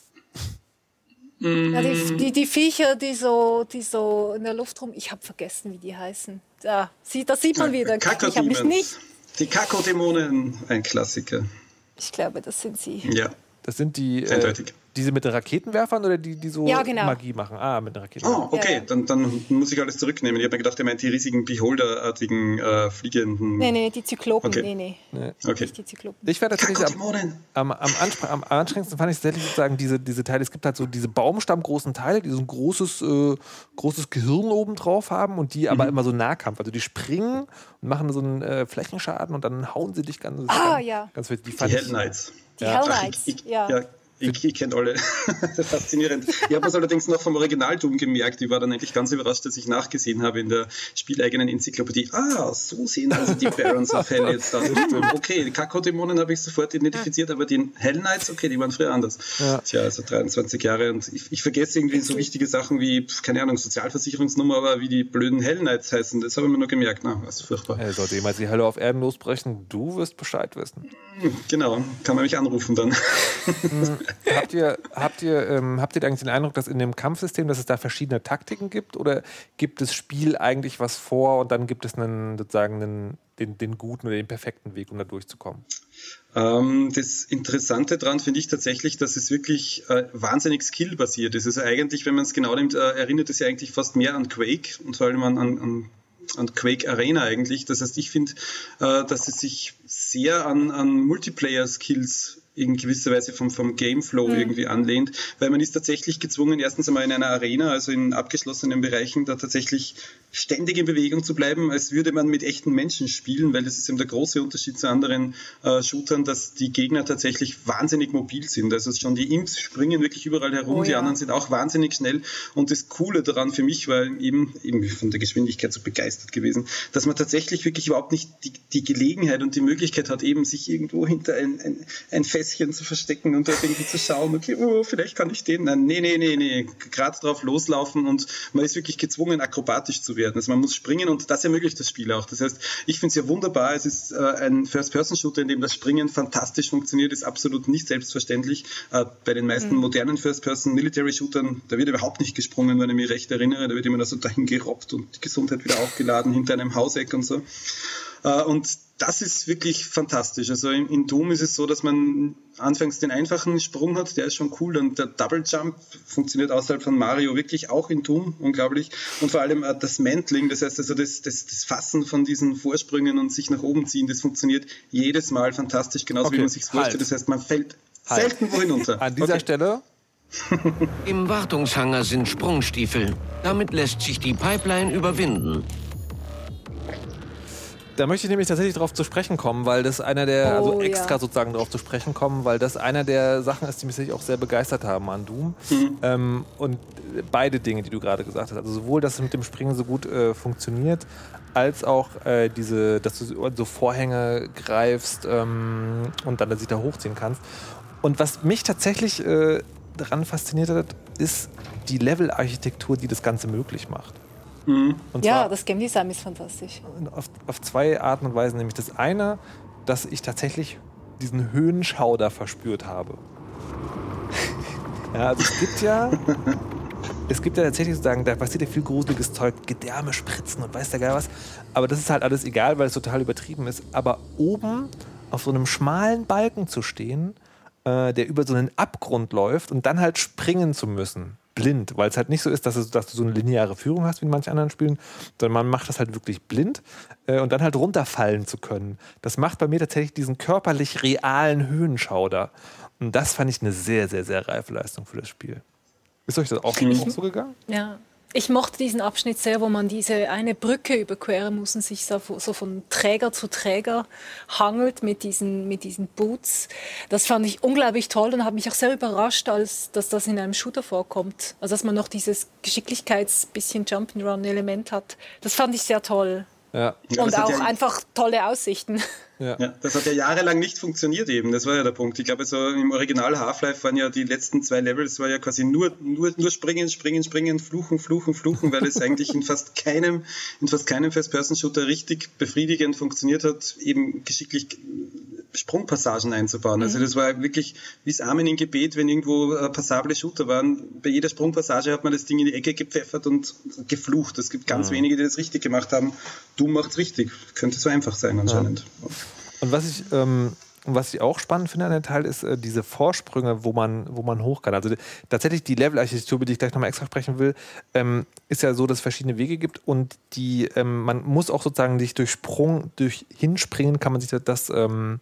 Ja, die, die, die Viecher, die so, die so in der Luft rum... Ich habe vergessen, wie die heißen. Da, sie, das sieht man wieder. Ich habe mich nicht... Die Kakodämonen, ein Klassiker. Ich glaube, das sind sie. Ja. Das sind die, äh, diese mit den Raketenwerfern oder die, die so ja, genau. Magie machen? Ah, mit den Raketenwerfern. Oh, okay, ja, ja. Dann, dann muss ich alles zurücknehmen. Ich habe mir gedacht, er meint die riesigen Beholder-artigen äh, fliegenden... Nee, nee, die Zyklopen. Okay. Nee, nee. nee. Okay. Nicht die Zyklopen. Ich werde tatsächlich am, am, am, anspr- am anstrengendsten fand ich tatsächlich sozusagen diese, diese Teile. Es gibt halt so diese baumstammgroßen Teile, die so ein großes, äh, großes Gehirn oben drauf haben und die aber mhm. immer so Nahkampf. Also die springen und machen so einen äh, Flächenschaden und dann hauen sie dich ganz... Ah, ganz, ja. Ganz, die die fand Hell ich, Knights. Die ja. Hell Knights, ich, ich, ja. ja. Ich, ich kenne alle. Faszinierend. Ich habe es allerdings noch vom Original Doom gemerkt. Ich war dann eigentlich ganz überrascht, dass ich nachgesehen habe in der spieleigenen Enzyklopädie. Ah, so sehen also die Barons of Hell jetzt aus. Okay, die Kakodämonen habe ich sofort identifiziert, aber die Hell Knights, okay, die waren früher anders. Ja. Tja, also dreiundzwanzig Jahre und ich, ich vergesse irgendwie so wichtige Sachen wie, keine Ahnung, Sozialversicherungsnummer, aber wie die blöden Hell Knights heißen, das habe ich mir nur gemerkt. Na, das ist furchtbar. Äh, sollte jemals die Hölle auf Erden losbrechen, du wirst Bescheid wissen. Genau, kann man mich anrufen dann. habt ihr, habt ihr, ähm, habt ihr eigentlich den Eindruck, dass in dem Kampfsystem, dass es da verschiedene Taktiken gibt oder gibt das Spiel eigentlich was vor und dann gibt es einen, sozusagen einen, den, den guten oder den perfekten Weg, um da durchzukommen? Ähm, das Interessante daran finde ich tatsächlich, dass es wirklich äh, wahnsinnig skillbasiert ist. Also eigentlich, wenn man es genau nimmt, äh, erinnert es ja eigentlich fast mehr an Quake und vor allem an, an, an an Quake Arena eigentlich. Das heißt, ich finde, äh, dass es sich sehr an, an Multiplayer-Skills in gewisser Weise vom, vom Gameflow mhm. irgendwie anlehnt, weil man ist tatsächlich gezwungen, erstens einmal in einer Arena, also in abgeschlossenen Bereichen, da tatsächlich ständig in Bewegung zu bleiben, als würde man mit echten Menschen spielen, weil das ist eben der große Unterschied zu anderen äh, Shootern, dass die Gegner tatsächlich wahnsinnig mobil sind. Also schon die Imps springen wirklich überall herum, oh, die ja. anderen sind auch wahnsinnig schnell und das Coole daran für mich war eben, eben von der Geschwindigkeit so begeistert gewesen, dass man tatsächlich wirklich überhaupt nicht die, die Gelegenheit und die Möglichkeit hat, eben sich irgendwo hinter ein, ein, ein Fest zu verstecken und dort irgendwie zu schauen, okay, oh, vielleicht kann ich den. Nein, nee, nee, nee, nee. Gerade drauf loslaufen und man ist wirklich gezwungen, akrobatisch zu werden. Also man muss springen und das ermöglicht das Spiel auch. Das heißt, ich finde es ja wunderbar. Es ist äh, ein First-Person-Shooter, in dem das Springen fantastisch funktioniert, ist absolut nicht selbstverständlich. Äh, bei den meisten mhm. modernen First-Person-Military-Shootern, da wird überhaupt nicht gesprungen, wenn ich mich recht erinnere. Da wird immer so dahin gerobbt und die Gesundheit wieder aufgeladen hinter einem Hauseck und so. Uh, und das ist wirklich fantastisch. Also in, in Doom ist es so, dass man anfangs den einfachen Sprung hat, der ist schon cool und der Double Jump funktioniert außerhalb von Mario wirklich auch in Doom, unglaublich. Und vor allem uh, das Mantling, das heißt also das, das, das Fassen von diesen Vorsprüngen und sich nach oben ziehen, das funktioniert jedes Mal fantastisch, genauso okay. wie man sich vorstellt. Halt. Das heißt, man fällt halt. selten wo hinunter. An dieser okay. Stelle... Im Wartungshangar sind Sprungstiefel. Damit lässt sich die Pipeline überwinden. Da möchte ich nämlich tatsächlich darauf zu sprechen kommen, weil das einer der, oh, also extra ja. sozusagen darauf zu sprechen kommen, weil das einer der Sachen ist, die mich tatsächlich auch sehr begeistert haben an Doom. Mhm. Ähm, und beide Dinge, die du gerade gesagt hast, also sowohl, dass es mit dem Springen so gut äh, funktioniert, als auch äh, diese, dass du so Vorhänge greifst ähm, und dann sich da hochziehen kannst. Und was mich tatsächlich äh, daran fasziniert hat, ist die Levelarchitektur, die das Ganze möglich macht. Und ja, zwar, das Game Design ist fantastisch. Auf, auf zwei Arten und Weisen. Nämlich das eine, dass ich tatsächlich diesen Höhenschauder verspürt habe. Ja, also es gibt ja, es gibt ja tatsächlich sozusagen, da passiert ja viel gruseliges Zeug, Gedärme spritzen und weiß der Geil was. Aber das ist halt alles egal, weil es total übertrieben ist. Aber oben auf so einem schmalen Balken zu stehen, äh, der über so einen Abgrund läuft und dann halt springen zu müssen. Blind, weil es halt nicht so ist, dass, es, dass du so eine lineare Führung hast wie in manchen anderen Spielen, sondern man macht das halt wirklich blind äh, und dann halt runterfallen zu können. Das macht bei mir tatsächlich diesen körperlich realen Höhenschauder. Und das fand ich eine sehr, sehr, sehr reife Leistung für das Spiel. Ist euch das auch, mhm. auch so gegangen? Ja. Ich mochte diesen Abschnitt sehr, wo man diese eine Brücke überqueren muss und sich so, so von Träger zu Träger hangelt mit diesen, mit diesen Boots. Das fand ich unglaublich toll und habe mich auch sehr überrascht, als, dass das in einem Shooter vorkommt. Also dass man noch dieses Geschicklichkeits-bisschen Jump'n'Run-Element hat. Das fand ich sehr toll. Ja. Und auch ja einfach tolle Aussichten. Ja. Ja, das hat ja jahrelang nicht funktioniert eben, das war ja der Punkt. Ich glaube, so im Original Half-Life waren ja die letzten zwei Levels, war ja quasi nur, nur, nur springen, springen, springen, fluchen, fluchen, fluchen, weil es eigentlich in fast keinem, in fast keinem First-Person-Shooter richtig befriedigend funktioniert hat, eben geschicklich Sprungpassagen einzubauen. Also das war wirklich wie das Amen im Gebet, wenn irgendwo äh, passable Shooter waren. Bei jeder Sprungpassage hat man das Ding in die Ecke gepfeffert und geflucht. Es gibt ganz ja. wenige, die das richtig gemacht haben. Du machst richtig. Könnte so einfach sein anscheinend. Ja. Und was ich, ähm, was ich auch spannend finde an dem Teil, ist äh, diese Vorsprünge, wo man, wo man hoch kann. Also die, tatsächlich die Levelarchitektur, über die ich gleich nochmal extra sprechen will, ähm, ist ja so, dass es verschiedene Wege gibt und die, ähm, man muss auch sozusagen sich durch Sprung, durch Hinspringen kann man sich das ähm,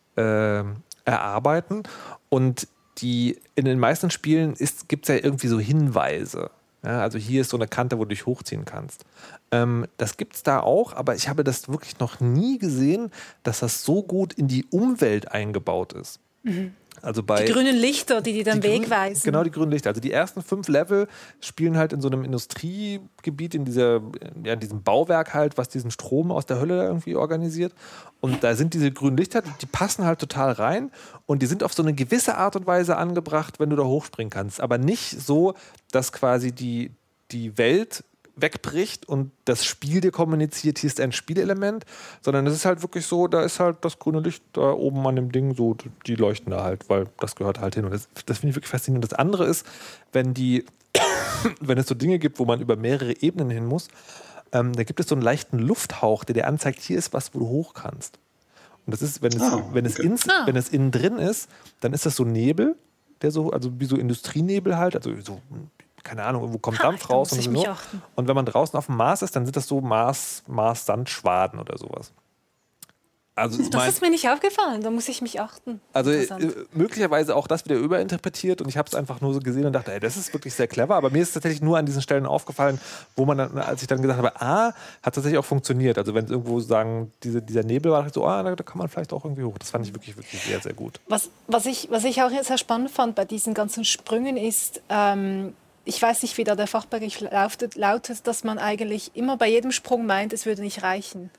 äh, erarbeiten. Und die, in den meisten Spielen gibt es ja irgendwie so Hinweise. Ja, also hier ist so eine Kante, wo du dich hochziehen kannst. Ähm, das gibt es da auch, aber ich habe das wirklich noch nie gesehen, dass das so gut in die Umwelt eingebaut ist. Mhm. Also bei die grünen Lichter, die die dann die Weg grün, weisen. Genau, die grünen Lichter. Also die ersten fünf Level spielen halt in so einem Industriegebiet, in, dieser, ja, in diesem Bauwerk halt, was diesen Strom aus der Hölle irgendwie organisiert. Und da sind diese grünen Lichter, die passen halt total rein und die sind auf so eine gewisse Art und Weise angebracht, wenn du da hochspringen kannst. Aber nicht so, dass quasi die, die Welt wegbricht und das Spiel dir kommuniziert, hier ist ein Spielelement, sondern es ist halt wirklich so, da ist halt das grüne Licht da oben an dem Ding, so, die leuchten da halt, weil das gehört halt hin. Und das, das finde ich wirklich faszinierend. Das andere ist, wenn die, wenn es so Dinge gibt, wo man über mehrere Ebenen hin muss, ähm, da gibt es so einen leichten Lufthauch, der dir anzeigt, hier ist was, wo du hoch kannst. Und das ist, wenn es, oh, wenn es, okay. ins, Ah. wenn es innen drin ist, dann ist das so Nebel, der so, also wie so Industrienebel halt, also so, keine Ahnung, wo kommt Ha, Dampf da raus muss ich und mich so. achten. Und wenn man draußen auf dem Mars ist, dann sind das so Mars, Mars-Sandschwaden oder sowas. Also, ich Das mein, ist mir nicht aufgefallen, da muss ich mich achten. also äh, Interessant. möglicherweise auch das wieder überinterpretiert und ich habe es einfach nur so gesehen und dachte, ey, das ist wirklich sehr clever, aber mir ist tatsächlich nur an diesen Stellen aufgefallen, wo man dann, als ich dann gesagt habe, ah, hat tatsächlich auch funktioniert. Also wenn es irgendwo sagen, diese, dieser Nebel war so, ah, da, da kann man vielleicht auch irgendwie hoch. Das fand ich wirklich, wirklich sehr, sehr gut. Was, was, ich, was ich auch sehr spannend fand bei diesen ganzen Sprüngen ist, ähm, ich weiß nicht, wie da der Fachbegriff lautet, lautet, dass man eigentlich immer bei jedem Sprung meint, es würde nicht reichen.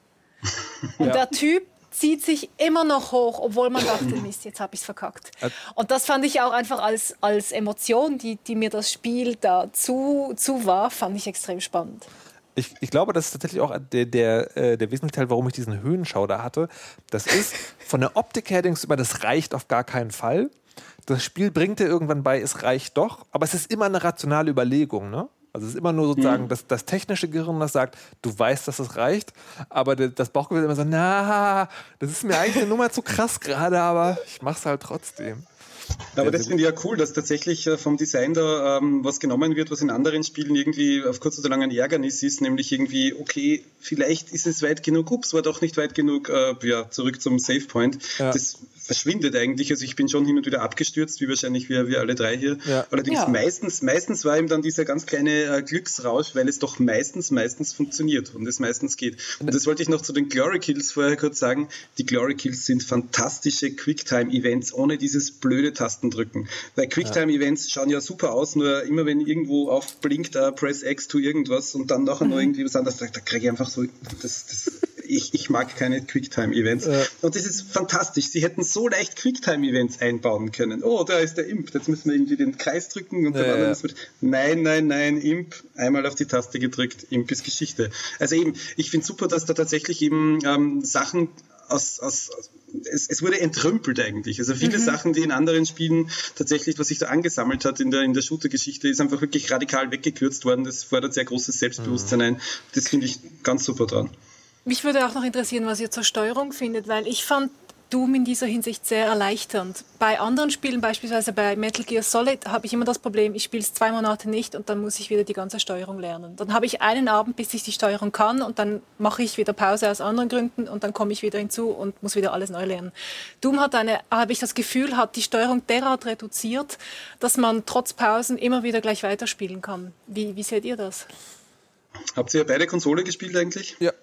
Und Ja. der Typ zieht sich immer noch hoch, obwohl man dachte, Mist, jetzt habe ich es verkackt. Und das fand ich auch einfach als, als Emotion, die, die mir das Spiel da zu, zu war, fand ich extrem spannend. Ich, ich glaube, das ist tatsächlich auch der, der, äh, der wesentliche Teil, warum ich diesen Höhenschauder hatte. Das ist, von der Optik her denkst du immer, das reicht auf gar keinen Fall. Das Spiel bringt dir irgendwann bei, es reicht doch, aber es ist immer eine rationale Überlegung, ne? Also es ist immer nur sozusagen mhm. das, das technische Gehirn, das sagt, du weißt, dass es reicht, aber das Bauchgefühl ist immer so, na, das ist mir eigentlich eine Nummer zu krass gerade, aber ich mach's halt trotzdem. Aber das finde ich ja cool, dass tatsächlich vom Design da ähm, was genommen wird, was in anderen Spielen irgendwie auf kurz oder lang ein Ärgernis ist, nämlich irgendwie, okay, vielleicht ist es weit genug, ups, war doch nicht weit genug, äh, ja, zurück zum Save Point. Ja. Das verschwindet eigentlich, also ich bin schon hin und wieder abgestürzt, wie wahrscheinlich wir, wir alle drei hier. Ja. Allerdings ja. meistens, meistens war eben dann dieser ganz kleine äh, Glücksrausch, weil es doch meistens, meistens funktioniert und es meistens geht. Und das wollte ich noch zu den Glory Kills vorher kurz sagen. Die Glory Kills sind fantastische Quicktime-Events ohne dieses blöde Tastendrücken. Weil Quicktime-Events schauen ja super aus, nur immer wenn irgendwo aufblinkt, uh, Press X to irgendwas und dann nachher mhm. noch irgendwie was anderes, da, da kriege ich einfach so, das, das, ich, ich mag keine Quicktime-Events. Ja. Und das ist fantastisch. Sie hätten so leicht Quicktime-Events einbauen können. Oh, da ist der Imp, jetzt müssen wir irgendwie den Kreis drücken und ja, dann ja. Wird, nein, nein, nein, Imp, einmal auf die Taste gedrückt, Imp ist Geschichte. Also eben, ich finde super, dass da tatsächlich eben ähm, Sachen aus, aus, aus Es, es wurde entrümpelt eigentlich. Also viele mhm. Sachen, die in anderen Spielen tatsächlich, was sich da angesammelt hat in der, in der Shooter-Geschichte, ist einfach wirklich radikal weggekürzt worden. Das fordert sehr großes Selbstbewusstsein mhm. ein. Das finde ich ganz super dran. Mich würde auch noch interessieren, was ihr zur Steuerung findet, weil ich fand Doom in dieser Hinsicht sehr erleichternd. Bei anderen Spielen, beispielsweise bei Metal Gear Solid, habe ich immer das Problem, ich spiele es zwei Monate nicht und dann muss ich wieder die ganze Steuerung lernen. Dann habe ich einen Abend, bis ich die Steuerung kann und dann mache ich wieder Pause aus anderen Gründen und dann komme ich wieder hinzu und muss wieder alles neu lernen. Doom hat eine, habe ich das Gefühl, hat die Steuerung derart reduziert, dass man trotz Pausen immer wieder gleich weiterspielen kann. Wie, wie seht ihr das? Habt ihr beide Konsole gespielt eigentlich? Ja.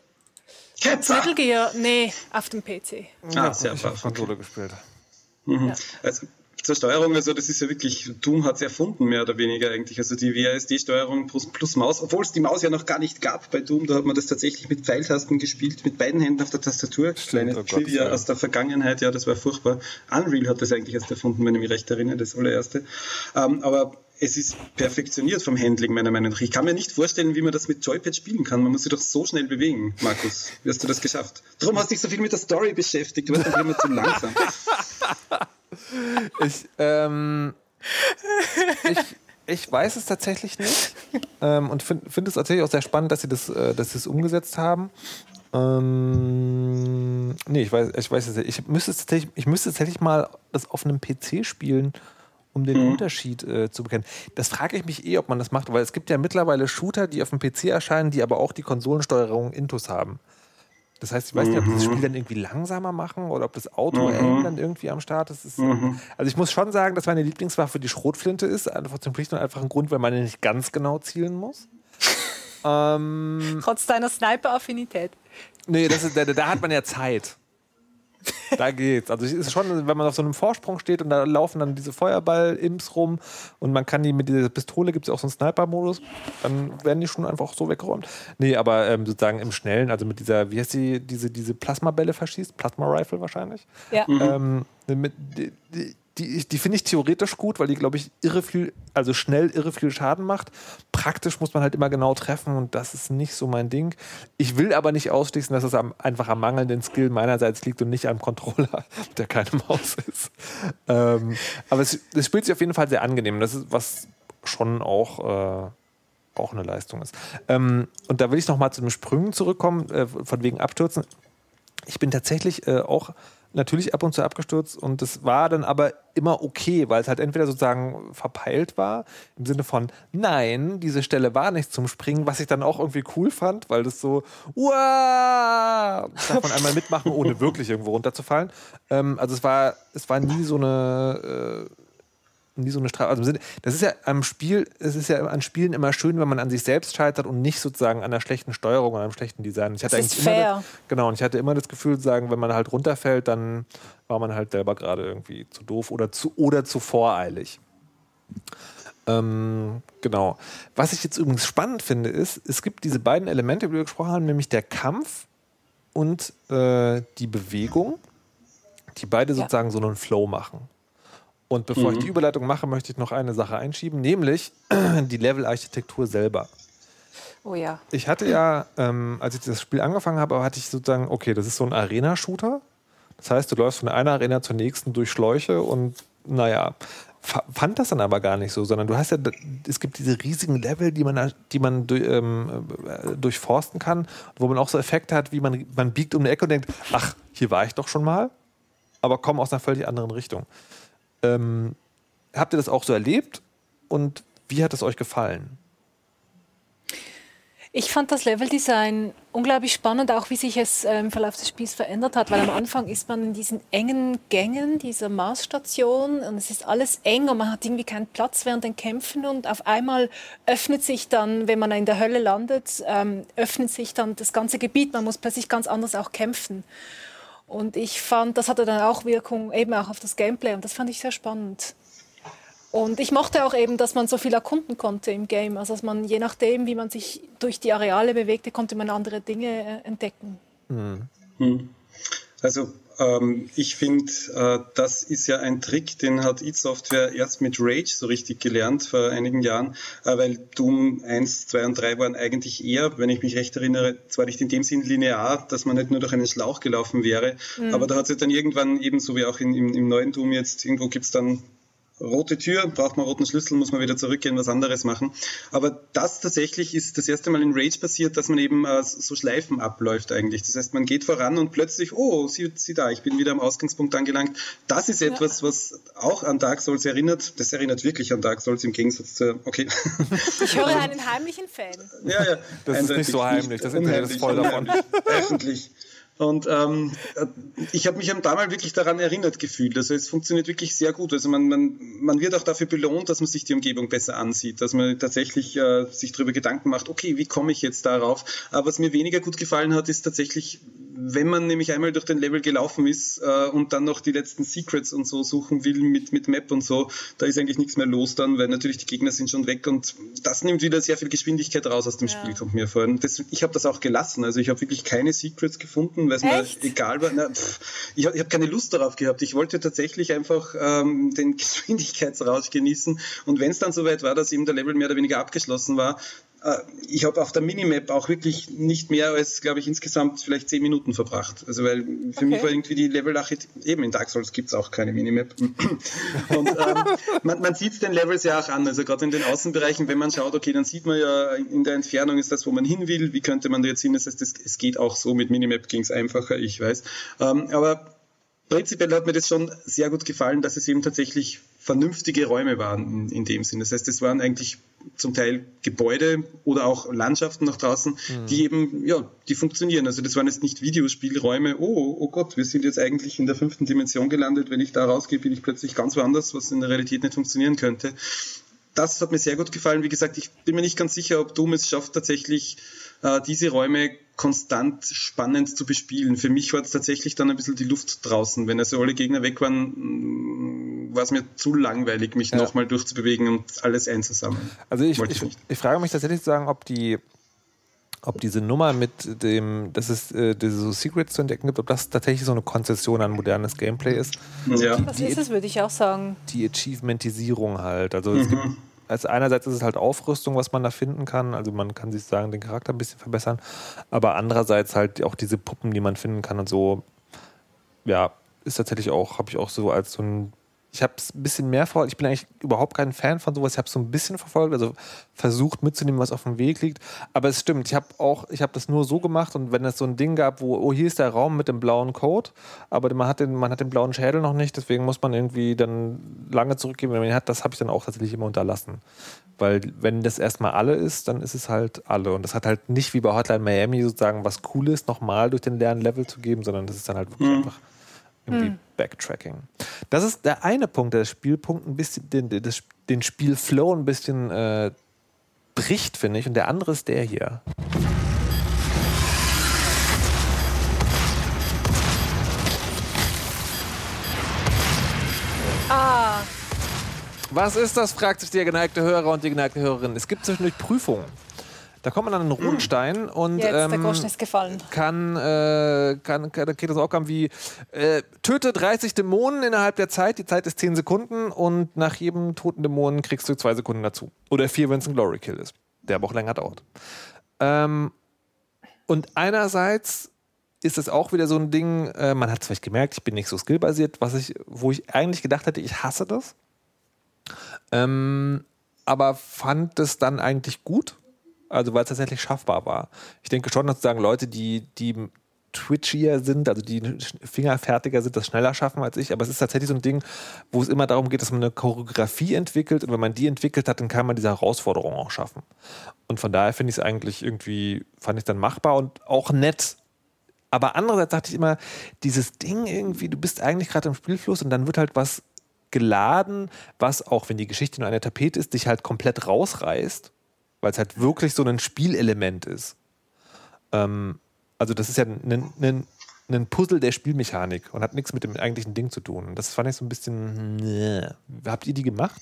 Metal Gear, nee, auf dem P C. Ah, ja, sehr ich habe Konsole gespielt. Mhm. Ja. Also zur Steuerung, also das ist ja wirklich, Doom hat es erfunden, mehr oder weniger eigentlich, also die W A S D-Steuerung plus, plus Maus, obwohl es die Maus ja noch gar nicht gab bei Doom, da hat man das tatsächlich mit Pfeiltasten gespielt, mit beiden Händen auf der Tastatur. Kleine oh Trivia Gott, ja. aus der Vergangenheit, ja, das war furchtbar. Unreal hat das eigentlich erst erfunden, wenn ich mich recht erinnere, das allererste. Ähm, aber es ist perfektioniert vom Handling, meiner Meinung nach. Ich kann mir nicht vorstellen, wie man das mit Joypad spielen kann. Man muss sich doch so schnell bewegen, Markus. Wie hast du das geschafft? Darum hast du dich so viel mit der Story beschäftigt. Du warst doch immer zu langsam. Ich, ähm, ich, ich weiß es tatsächlich nicht. Ähm, und finde find es tatsächlich auch sehr spannend, dass sie das, äh, dass sie es umgesetzt haben. Ähm, nee, ich weiß, ich weiß es nicht. Ich müsste tatsächlich, ich müsste tatsächlich mal das auf einem P C spielen, um den mhm. Unterschied äh, zu bekennen. Das frage ich mich eh, ob man das macht, weil es gibt ja mittlerweile Shooter, die auf dem P C erscheinen, die aber auch die Konsolensteuerung Intus haben. Das heißt, ich weiß nicht, ob die das Spiel dann irgendwie langsamer machen oder ob das Auto-Aim dann irgendwie am Start ist. ist Mhm. Also ich muss schon sagen, dass meine Lieblingswaffe die Schrotflinte ist, einfach zum schlichten und einfachen Grund, weil man nicht ganz genau zielen muss. ähm, Trotz deiner Sniper-Affinität. nee, das ist, da, da hat man ja Zeit. Da geht's. Also es ist schon, wenn man auf so einem Vorsprung steht und da laufen dann diese Feuerball-Imps rum und man kann die mit dieser Pistole, gibt es ja auch so einen Sniper-Modus, dann werden die schon einfach so weggeräumt. Nee, aber ähm, sozusagen im Schnellen, also mit dieser, wie heißt die, diese, diese Plasmabälle verschießt, Plasma-Rifle wahrscheinlich. Ja. Ähm, mit, die die, die, die finde ich theoretisch gut, weil die, glaube ich, irre viel, also schnell irre viel Schaden macht. Praktisch muss man halt immer genau treffen und das ist nicht so mein Ding. Ich will aber nicht ausschließen, dass es am, einfach am mangelnden Skill meinerseits liegt und nicht am Controller, der keine Maus ist. Ähm, aber es, es spielt sich auf jeden Fall sehr angenehm. Das ist, was schon auch, äh, auch eine Leistung ist. Ähm, und da will ich noch mal zu den Sprüngen zurückkommen, äh, von wegen Abstürzen. Ich bin tatsächlich äh, auch natürlich ab und zu abgestürzt und das war dann aber immer okay, weil es halt entweder sozusagen verpeilt war, im Sinne von, nein, diese Stelle war nicht zum Springen, was ich dann auch irgendwie cool fand, weil das so, uah, darf man einmal mitmachen, ohne wirklich irgendwo runterzufallen. Ähm, also es war, es war nie so eine, äh, nie so eine Strafe. Also das ist ja am Spiel, es ist ja an Spielen immer schön, wenn man an sich selbst scheitert und nicht sozusagen an einer schlechten Steuerung oder einem schlechten Design. Ich hatte das ist eigentlich fair. Immer das, genau, und ich hatte immer das Gefühl, sagen, wenn man halt runterfällt, dann war man halt selber gerade irgendwie zu doof oder zu, oder zu voreilig. Ähm, genau. Was ich jetzt übrigens spannend finde, ist, es gibt diese beiden Elemente, über die wir gesprochen haben, nämlich der Kampf und äh, die Bewegung, die beide Ja. sozusagen so einen Flow machen. Und bevor Mhm. ich die Überleitung mache, möchte ich noch eine Sache einschieben, nämlich die Level-Architektur selber. Oh ja. Ich hatte ja, ähm, als ich das Spiel angefangen habe, hatte ich sozusagen, okay, das ist so ein Arena-Shooter. Das heißt, du läufst von einer Arena zur nächsten durch Schläuche und naja, f- fand das dann aber gar nicht so, sondern du hast ja, es gibt diese riesigen Level, die man, die man durch, ähm, durchforsten kann, wo man auch so Effekte hat, wie man, man biegt um eine Ecke und denkt, ach, hier war ich doch schon mal, aber komme aus einer völlig anderen Richtung. Ähm, habt ihr das auch so erlebt und wie hat es euch gefallen? Ich fand das Leveldesign unglaublich spannend, auch wie sich es äh, im Verlauf des Spiels verändert hat, weil am Anfang ist man in diesen engen Gängen dieser Marsstation und es ist alles eng und man hat irgendwie keinen Platz während den Kämpfen und auf einmal öffnet sich dann, wenn man in der Hölle landet, ähm, öffnet sich dann das ganze Gebiet, man muss plötzlich ganz anders auch kämpfen. Und ich fand, das hatte dann auch Wirkung eben auch auf das Gameplay und das fand ich sehr spannend. Und ich mochte auch eben, dass man so viel erkunden konnte im Game. Also dass man je nachdem, wie man sich durch die Areale bewegte, konnte man andere Dinge äh, entdecken. Hm. Also ähm, ich finde, äh, das ist ja ein Trick, den hat id Software erst mit Rage so richtig gelernt vor einigen Jahren, äh, weil Doom eins, zwei und drei waren eigentlich eher, wenn ich mich recht erinnere, zwar nicht in dem Sinn linear, dass man nicht nur durch einen Schlauch gelaufen wäre, mhm. aber da hat es dann irgendwann ebenso wie auch in, im, im neuen Doom jetzt, irgendwo gibt es dann rote Tür, braucht man roten Schlüssel, muss man wieder zurückgehen, was anderes machen. Aber das tatsächlich ist das erste Mal in Rage passiert, dass man eben äh, so Schleifen abläuft eigentlich. Das heißt, man geht voran und plötzlich, oh, sieh, sieh da, ich bin wieder am Ausgangspunkt angelangt. Das ist etwas, ja. was auch an Dark Souls erinnert. Das erinnert wirklich an Dark Souls im Gegensatz zu, okay. Ich höre einen heimlichen Fan. Ja, ja. Das ist nicht so heimlich, das Internet ist voll davon. Öffentlich. Und ähm, ich habe mich damals wirklich daran erinnert gefühlt. Also es funktioniert wirklich sehr gut. Also man, man, man wird auch dafür belohnt, dass man sich die Umgebung besser ansieht, dass man tatsächlich äh, sich darüber Gedanken macht, okay, wie komme ich jetzt darauf? Aber was mir weniger gut gefallen hat, ist tatsächlich, wenn man nämlich einmal durch den Level gelaufen ist äh, und dann noch die letzten Secrets und so suchen will mit, mit Map und so, da ist eigentlich nichts mehr los dann, weil natürlich die Gegner sind schon weg und das nimmt wieder sehr viel Geschwindigkeit raus aus dem ja. Spiel, kommt mir vor. Und das, ich habe das auch gelassen, also ich habe wirklich keine Secrets gefunden, weil es mir egal war. Na, pff, ich habe hab keine Lust darauf gehabt. Ich wollte tatsächlich einfach ähm, den Geschwindigkeitsrausch genießen und wenn es dann soweit war, dass eben der Level mehr oder weniger abgeschlossen war, ich habe auf der Minimap auch wirklich nicht mehr als, glaube ich, insgesamt vielleicht zehn Minuten verbracht. Also weil für okay. mich war irgendwie die Level-Architektur, eben in Dark Souls gibt es auch keine Minimap. Und ähm, man, man sieht es den Levels ja auch an, also gerade in den Außenbereichen, wenn man schaut, okay, dann sieht man ja, in der Entfernung ist das, wo man hin will, wie könnte man da jetzt hin, das heißt, es geht auch so, mit Minimap ging es einfacher, ich weiß. Ähm, aber prinzipiell hat mir das schon sehr gut gefallen, dass es eben tatsächlich vernünftige Räume waren in, in dem Sinn. Das heißt, es waren eigentlich zum Teil Gebäude oder auch Landschaften nach draußen, mhm. die eben, ja, die funktionieren. Also das waren jetzt nicht Videospielräume, oh, oh Gott, wir sind jetzt eigentlich in der fünften Dimension gelandet, wenn ich da rausgehe, bin ich plötzlich ganz woanders, was in der Realität nicht funktionieren könnte. Das hat mir sehr gut gefallen. Wie gesagt, ich bin mir nicht ganz sicher, ob Doom es schafft, tatsächlich äh, diese Räume konstant spannend zu bespielen. Für mich war es tatsächlich dann ein bisschen die Luft draußen. Wenn also alle Gegner weg waren, war es mir zu langweilig, mich ja. nochmal durchzubewegen und alles einzusammeln. Also ich, ich, ich, ich frage mich tatsächlich zu sagen, ob die ob diese Nummer mit dem, dass es äh, diese so Secrets zu entdecken gibt, ob das tatsächlich so eine Konzession an modernes Gameplay ist. Ja. Was die, ist es, würde ich auch sagen. Die Achievementisierung halt. Also mhm. es gibt, also einerseits ist es halt Aufrüstung, was man da finden kann. Also man kann sich sagen, den Charakter ein bisschen verbessern. Aber andererseits halt auch diese Puppen, die man finden kann und so. Ja, ist tatsächlich auch, habe ich auch so als so ein Ich habe es ein bisschen mehr verfolgt. Ich bin eigentlich überhaupt kein Fan von sowas. Ich habe es so ein bisschen verfolgt, also versucht mitzunehmen, was auf dem Weg liegt. Aber es stimmt, ich habe auch, ich habe das nur so gemacht und wenn es so ein Ding gab, wo, oh, hier ist der Raum mit dem blauen Code, aber man hat den, man hat den blauen Schädel noch nicht, deswegen muss man irgendwie dann lange zurückgeben, wenn man ihn hat. Das habe ich dann auch tatsächlich immer unterlassen. Weil wenn das erstmal alle ist, dann ist es halt alle. Und das hat halt nicht wie bei Hotline Miami sozusagen was Cooles, nochmal durch den leeren Level zu geben, sondern das ist dann halt wirklich mhm. einfach irgendwie hm. Backtracking. Das ist der eine Punkt, der das Spielpunkt ein bisschen, den, das, den Spielflow ein bisschen äh, bricht, finde ich. Und der andere ist der hier. Ah. Was ist das, fragt sich der geneigte Hörer und die geneigte Hörerin. Es gibt zwischendurch Prüfungen. Da kommt man an einen Rundstein und Jetzt, ähm, der Groschen ist gefallen. kann, äh, kann, kann, kriegt das Aufgaben wie äh, töte dreißig Dämonen innerhalb der Zeit, die Zeit ist zehn Sekunden und nach jedem toten Dämonen kriegst du zwei Sekunden dazu. Oder vier, wenn es ein Glory Kill ist, der aber auch länger dauert. Ähm, und einerseits ist es auch wieder so ein Ding, äh, man hat es vielleicht gemerkt, ich bin nicht so skillbasiert, was ich, wo ich eigentlich gedacht hätte, ich hasse das. Ähm, aber fand es dann eigentlich gut. Also weil es tatsächlich schaffbar war. Ich denke schon, dass sozusagen Leute, die, die twitchier sind, also die fingerfertiger sind, das schneller schaffen als ich. Aber es ist tatsächlich so ein Ding, wo es immer darum geht, dass man eine Choreografie entwickelt. Und wenn man die entwickelt hat, dann kann man diese Herausforderung auch schaffen. Und von daher finde ich es eigentlich irgendwie, fand ich dann machbar und auch nett. Aber andererseits dachte ich immer, dieses Ding irgendwie, du bist eigentlich gerade im Spielfluss und dann wird halt was geladen, was auch, wenn die Geschichte nur eine Tapete ist, dich halt komplett rausreißt. Weil es halt wirklich so ein Spielelement ist. Ähm, also das ist ja ein, ein Puzzle der Spielmechanik und hat nichts mit dem eigentlichen Ding zu tun. Das fand ich so ein bisschen... Nee. Habt ihr die gemacht?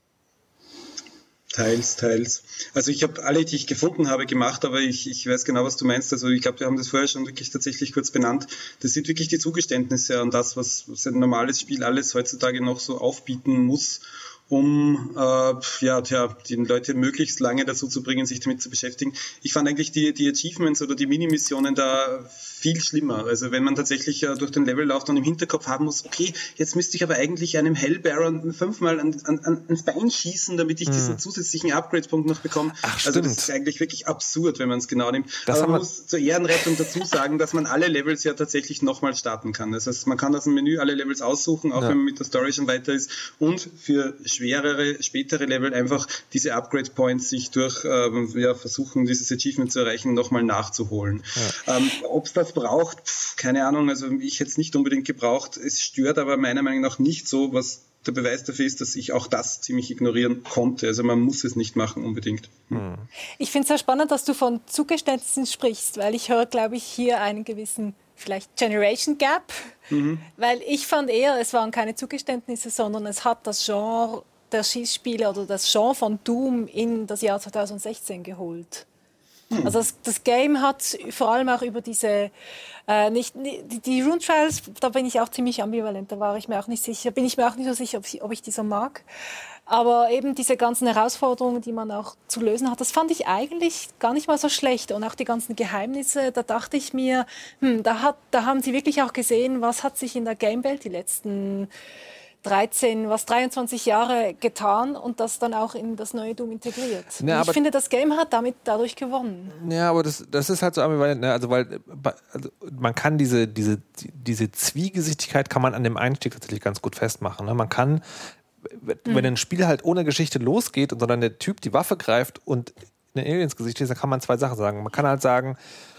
Teils, teils. Also ich habe alle, die ich gefunden habe, gemacht, aber ich, ich weiß genau, was du meinst. Also ich glaube, wir haben das vorher schon wirklich tatsächlich kurz benannt. Das sind wirklich die Zugeständnisse an das, was, was ein normales Spiel alles heutzutage noch so aufbieten muss, um äh, ja, tja, die Leute möglichst lange dazu zu bringen, sich damit zu beschäftigen. Ich fand eigentlich die, die Achievements oder die Minimissionen da viel schlimmer. Also wenn man tatsächlich äh, durch den Level läuft und im Hinterkopf haben muss, okay, jetzt müsste ich aber eigentlich einem Hellbaron fünfmal an, an, ans Bein schießen, damit ich hm. diesen zusätzlichen Upgrade-Punkt noch bekomme. Ach, also das ist eigentlich wirklich absurd, wenn man es genau nimmt. Das aber man muss zur Ehrenrettung dazu sagen, dass man alle Levels ja tatsächlich nochmal starten kann. Das heißt, man kann aus dem Menü alle Levels aussuchen, auch ja. wenn man mit der Story schon weiter ist, und für schwerere, spätere Level einfach diese Upgrade Points sich durch ähm, ja, versuchen, dieses Achievement zu erreichen, nochmal nachzuholen. Ja. Ähm, ob es das braucht, pf, keine Ahnung, also ich hätte es nicht unbedingt gebraucht. Es stört aber meiner Meinung nach nicht so, was der Beweis dafür ist, dass ich auch das ziemlich ignorieren konnte. Also man muss es nicht machen unbedingt. Hm. Ich finde es sehr spannend, dass du von Zugeständnissen sprichst, weil ich höre, glaube ich, hier einen gewissen vielleicht Generation Gap, Mhm. weil ich fand eher, es waren keine Zugeständnisse, sondern es hat das Genre der Schießspiele oder das Genre von Doom in das Jahr zwanzig sechzehn geholt. Also das, das Game hat vor allem auch über diese, äh, nicht, die, die Rune Trials, da bin ich auch ziemlich ambivalent, da war ich mir auch nicht sicher, bin ich mir auch nicht so sicher, ob ich, ob ich die so mag. Aber eben diese ganzen Herausforderungen, die man auch zu lösen hat, das fand ich eigentlich gar nicht mal so schlecht. Und auch die ganzen Geheimnisse, da dachte ich mir, hm, da, hat, da haben sie wirklich auch gesehen, was hat sich in der Gamewelt die letzten dreizehn, was dreiundzwanzig Jahre getan und das dann auch in das neue Doom integriert. Ja, und ich finde, das Game hat damit dadurch gewonnen. Ja, aber das, das ist halt so ambivalent, ne? Also weil also man kann diese, diese, diese Zwiegesichtigkeit kann man an dem Einstieg tatsächlich ganz gut festmachen. Ne? Man kann, wenn Hm. ein Spiel halt ohne Geschichte losgeht und sondern der Typ die Waffe greift und in ein Aliens-Gesicht ist, dann kann man zwei Sachen sagen. Man kann halt sagen,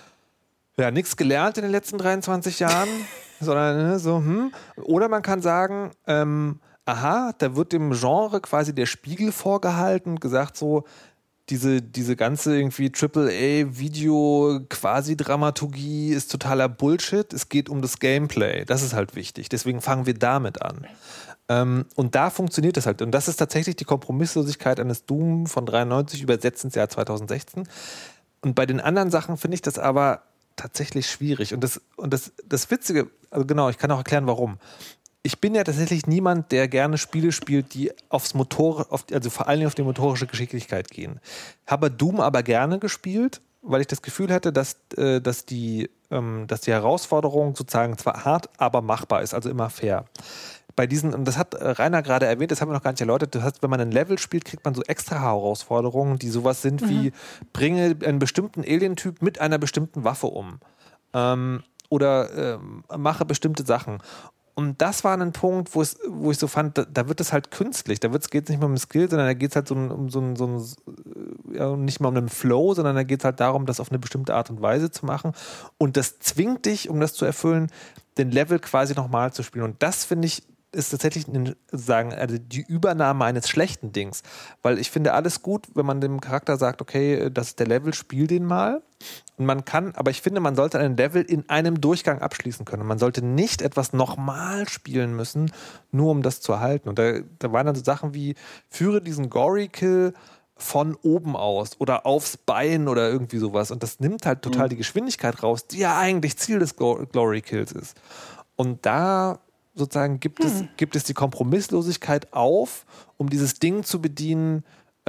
ja, nichts gelernt in den letzten dreiundzwanzig Jahren, sondern ne, so, hm. Oder man kann sagen, ähm, aha, da wird dem Genre quasi der Spiegel vorgehalten und gesagt so, diese, diese ganze irgendwie Triple A Video quasi Dramaturgie ist totaler Bullshit. Es geht um das Gameplay. Das ist halt wichtig. Deswegen fangen wir damit an. Ähm, und da funktioniert das halt. Und das ist tatsächlich die Kompromisslosigkeit eines Doom von dreiundneunzig übersetzt ins Jahr zwanzig sechzehn. Und bei den anderen Sachen finde ich das aber tatsächlich schwierig. Und das, und das, das Witzige, also genau, ich kann auch erklären, warum. Ich bin ja tatsächlich niemand, der gerne Spiele spielt, die aufs Motor, auf, also vor allen Dingen auf die motorische Geschicklichkeit gehen. Habe Doom aber gerne gespielt, weil ich das Gefühl hatte, dass, äh, dass, die, ähm, dass die Herausforderung sozusagen zwar hart, aber machbar ist, also immer fair. Bei diesen, und das hat Rainer gerade erwähnt, das haben wir noch gar nicht erläutert, das heißt, wenn man ein Level spielt, kriegt man so extra Herausforderungen, die sowas sind wie, bringe einen bestimmten Alien-Typ mit einer bestimmten Waffe um. Ähm, oder ähm, mache bestimmte Sachen. Und das war ein Punkt, wo, es, wo ich so fand, da, da wird es halt künstlich. Da geht es nicht mehr um Skill, sondern da geht es halt so um, um so ein, so ein ja, nicht mehr um einen Flow, sondern da geht es halt darum, das auf eine bestimmte Art und Weise zu machen. Und das zwingt dich, um das zu erfüllen, den Level quasi nochmal zu spielen. Und das, finde ich, ist tatsächlich ein, sagen, also die Übernahme eines schlechten Dings. Weil ich finde alles gut, wenn man dem Charakter sagt, okay, das ist der Level, spiel den mal. Und man kann, aber ich finde, man sollte einen Level in einem Durchgang abschließen können. Man sollte nicht etwas nochmal spielen müssen, nur um das zu erhalten. Und da, da waren dann so Sachen wie, führe diesen Gory-Kill von oben aus oder aufs Bein oder irgendwie sowas. Und das nimmt halt total mhm. die Geschwindigkeit raus, die ja eigentlich Ziel des Glory-Kills ist. Und da sozusagen gibt, hm. es, gibt es die Kompromisslosigkeit auf, um dieses Ding zu bedienen,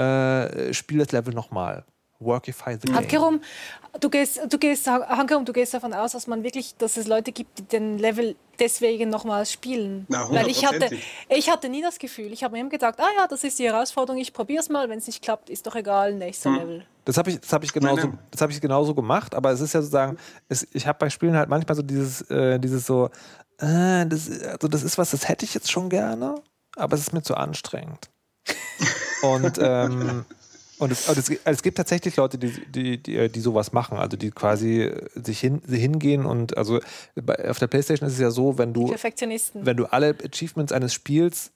äh, spiel das Level nochmal. Workify the game. Hankerum, du gehst, du gehst, Hankerum, du gehst davon aus, dass man wirklich, dass es Leute gibt, die den Level deswegen nochmals spielen. Na, weil ich hatte, ich hatte nie das Gefühl. Ich habe mir immer gedacht, ah ja, das ist die Herausforderung, ich probiere es mal, wenn es nicht klappt, ist doch egal, nächster hm. Level. Das habe ich, das hab ich, genauso, das hab ich genauso gemacht, aber es ist ja sozusagen, es, ich habe bei Spielen halt manchmal so dieses, äh, dieses so, äh, das, also das ist was, das hätte ich jetzt schon gerne, aber es ist mir zu anstrengend. Und ähm, Und es, es, es gibt tatsächlich Leute, die, die, die, die sowas machen, also die quasi sich hin, hingehen und also bei, auf der PlayStation ist es ja so, wenn du, Perfektionisten. wenn du alle Achievements eines Spiels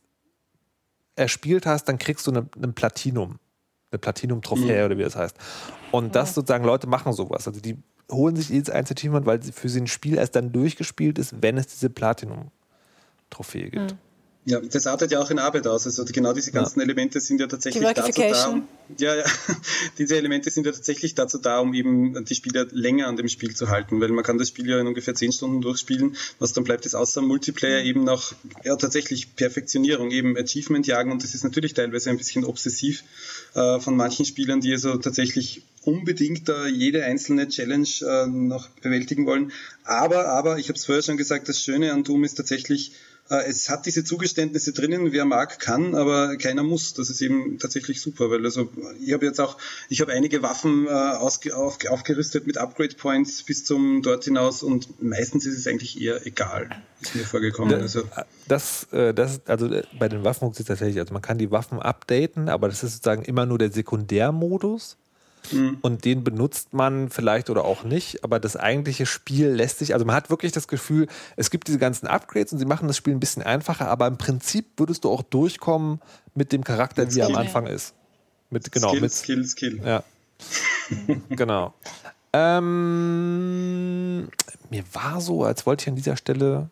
erspielt hast, dann kriegst du eine, eine Platinum, eine Platinum-Trophäe mhm. oder wie das heißt. Und das sozusagen, Leute machen sowas, also die holen sich jedes einzelne Achievement, weil für sie ein Spiel erst dann durchgespielt ist, wenn es diese Platinum-Trophäe gibt. Mhm. Ja, das artet ja auch in Arbeit aus. Also genau diese ganzen ja. Elemente sind ja tatsächlich dazu da, um, ja, ja, diese Elemente sind ja tatsächlich dazu da, um eben die Spieler länger an dem Spiel zu halten, weil man kann das Spiel ja in ungefähr zehn Stunden durchspielen, was dann bleibt, ist außer Multiplayer eben noch, ja, tatsächlich Perfektionierung, eben Achievement jagen, und das ist natürlich teilweise ein bisschen obsessiv äh, von manchen Spielern, die also tatsächlich unbedingt äh, jede einzelne Challenge äh, noch bewältigen wollen. Aber, aber, ich habe es vorher schon gesagt, das Schöne an Doom ist tatsächlich, es hat diese Zugeständnisse drinnen, wer mag, kann, aber keiner muss. Das ist eben tatsächlich super, weil also ich habe jetzt auch, ich habe einige Waffen äh, ausge, auf, aufgerüstet mit Upgrade Points bis zum dort hinaus, und meistens ist es eigentlich eher egal, ist mir vorgekommen. Das, also das, das also bei den Waffen funktioniert es tatsächlich, also man kann die Waffen updaten, aber das ist sozusagen immer nur der Sekundärmodus. Mhm. Und den benutzt man vielleicht oder auch nicht, aber das eigentliche Spiel lässt sich, also man hat wirklich das Gefühl, es gibt diese ganzen Upgrades und sie machen das Spiel ein bisschen einfacher, aber im Prinzip würdest du auch durchkommen mit dem Charakter, mit wie er am Anfang ist. Mit, genau, Skill, mit, Skill, Skill. Ja. Genau. Ähm, mir war so, als wollte ich an dieser Stelle...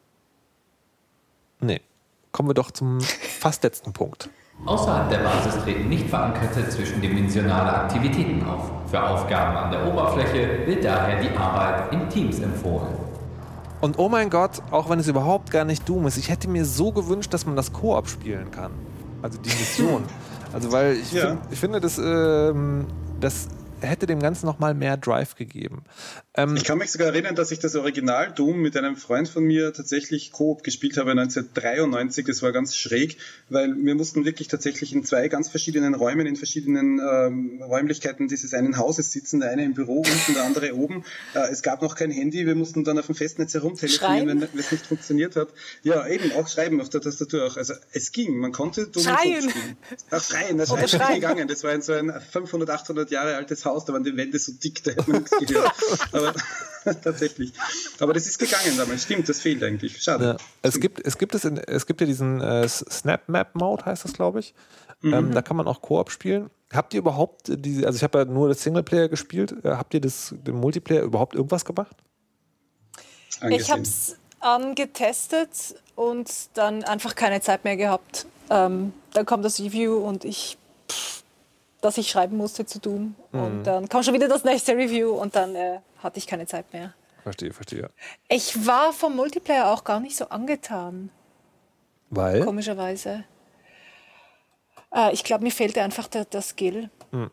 Nee, kommen wir doch zum fast letzten Punkt. Außerhalb der Basis treten nicht verankerte zwischendimensionale Aktivitäten auf. Für Aufgaben an der Oberfläche wird daher die Arbeit in Teams empfohlen. Und oh mein Gott, auch wenn es überhaupt gar nicht Doom ist, ich hätte mir so gewünscht, dass man das Koop spielen kann. Also die Mission. Also weil ich, Ja. find, ich finde, das, ähm, das hätte dem Ganzen nochmal mehr Drive gegeben. Ähm, Ich kann mich sogar erinnern, dass ich das Original Doom mit einem Freund von mir tatsächlich Koop gespielt habe neunzehnhundertdreiundneunzig. Das war ganz schräg, weil wir mussten wirklich tatsächlich in zwei ganz verschiedenen Räumen, in verschiedenen ähm, Räumlichkeiten dieses einen Hauses sitzen. Der eine im Büro unten, der andere oben. Äh, es gab noch kein Handy. Wir mussten dann auf dem Festnetz herumtelefonieren, wenn, wenn es nicht funktioniert hat. Ja, eben, auch schreiben auf der Tastatur auch. Also es ging, man konnte Doom Schreien. spielen. Ach, schreien, das Oder ist schreien. gegangen. Das war in so ein fünfhundert, achthundert Jahre altes Haus, da waren die Wände so dick, da hätte man nichts gehört. Aber tatsächlich. Aber das ist gegangen damals. Stimmt, das fehlt eigentlich. Schade. Ja. Es gibt, es gibt es, in, es gibt ja diesen äh, Snap Map Mode, heißt das, glaube ich. Mhm. Ähm, da kann man auch Koop spielen. Habt ihr überhaupt diese, also ich habe ja nur das Singleplayer gespielt, äh, habt ihr das, den Multiplayer überhaupt irgendwas gemacht? Angesehen. Ich habe es angetestet und dann einfach keine Zeit mehr gehabt. Ähm, dann kam das Review und ich, pff, dass ich schreiben musste zu Doom. Mhm. Und dann kam schon wieder das nächste Review und dann äh, hatte ich keine Zeit mehr. Verstehe, verstehe. Ich war vom Multiplayer auch gar nicht so angetan, Weil? komischerweise. Äh, ich glaube, mir fehlte einfach der, der Skill.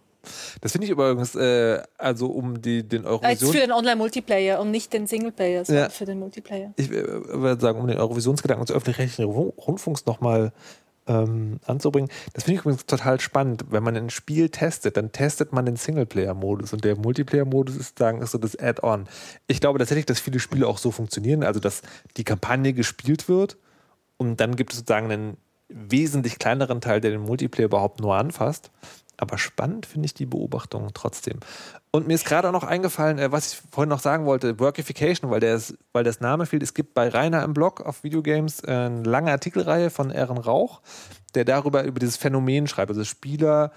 Das finde ich übrigens, äh, also um die, den Äh, jetzt Eurovision... für den Online-Multiplayer und nicht den Singleplayer, sondern Ja. für den Multiplayer. ich äh, würde sagen, um den Eurovisionsgedanken des öffentlich-rechtlichen Rundfunks nochmal ähm, anzubringen, das finde ich übrigens total spannend. Wenn man ein Spiel testet, dann testet man den Singleplayer-Modus und der Multiplayer-Modus ist, sagen, ist so das Add-on. Ich glaube tatsächlich, dass viele Spiele auch so funktionieren, also dass die Kampagne gespielt wird und dann gibt es sozusagen einen wesentlich kleineren Teil, der den Multiplayer überhaupt nur anfasst. Aber spannend finde ich die Beobachtung trotzdem. Und mir ist gerade auch noch eingefallen, äh, was ich vorhin noch sagen wollte, Workification, weil, der ist, weil das Name fehlt. Es gibt bei Rainer im Blog auf Videogames äh, eine lange Artikelreihe von Ehren Rauch, der darüber über dieses Phänomen schreibt. Also Spieler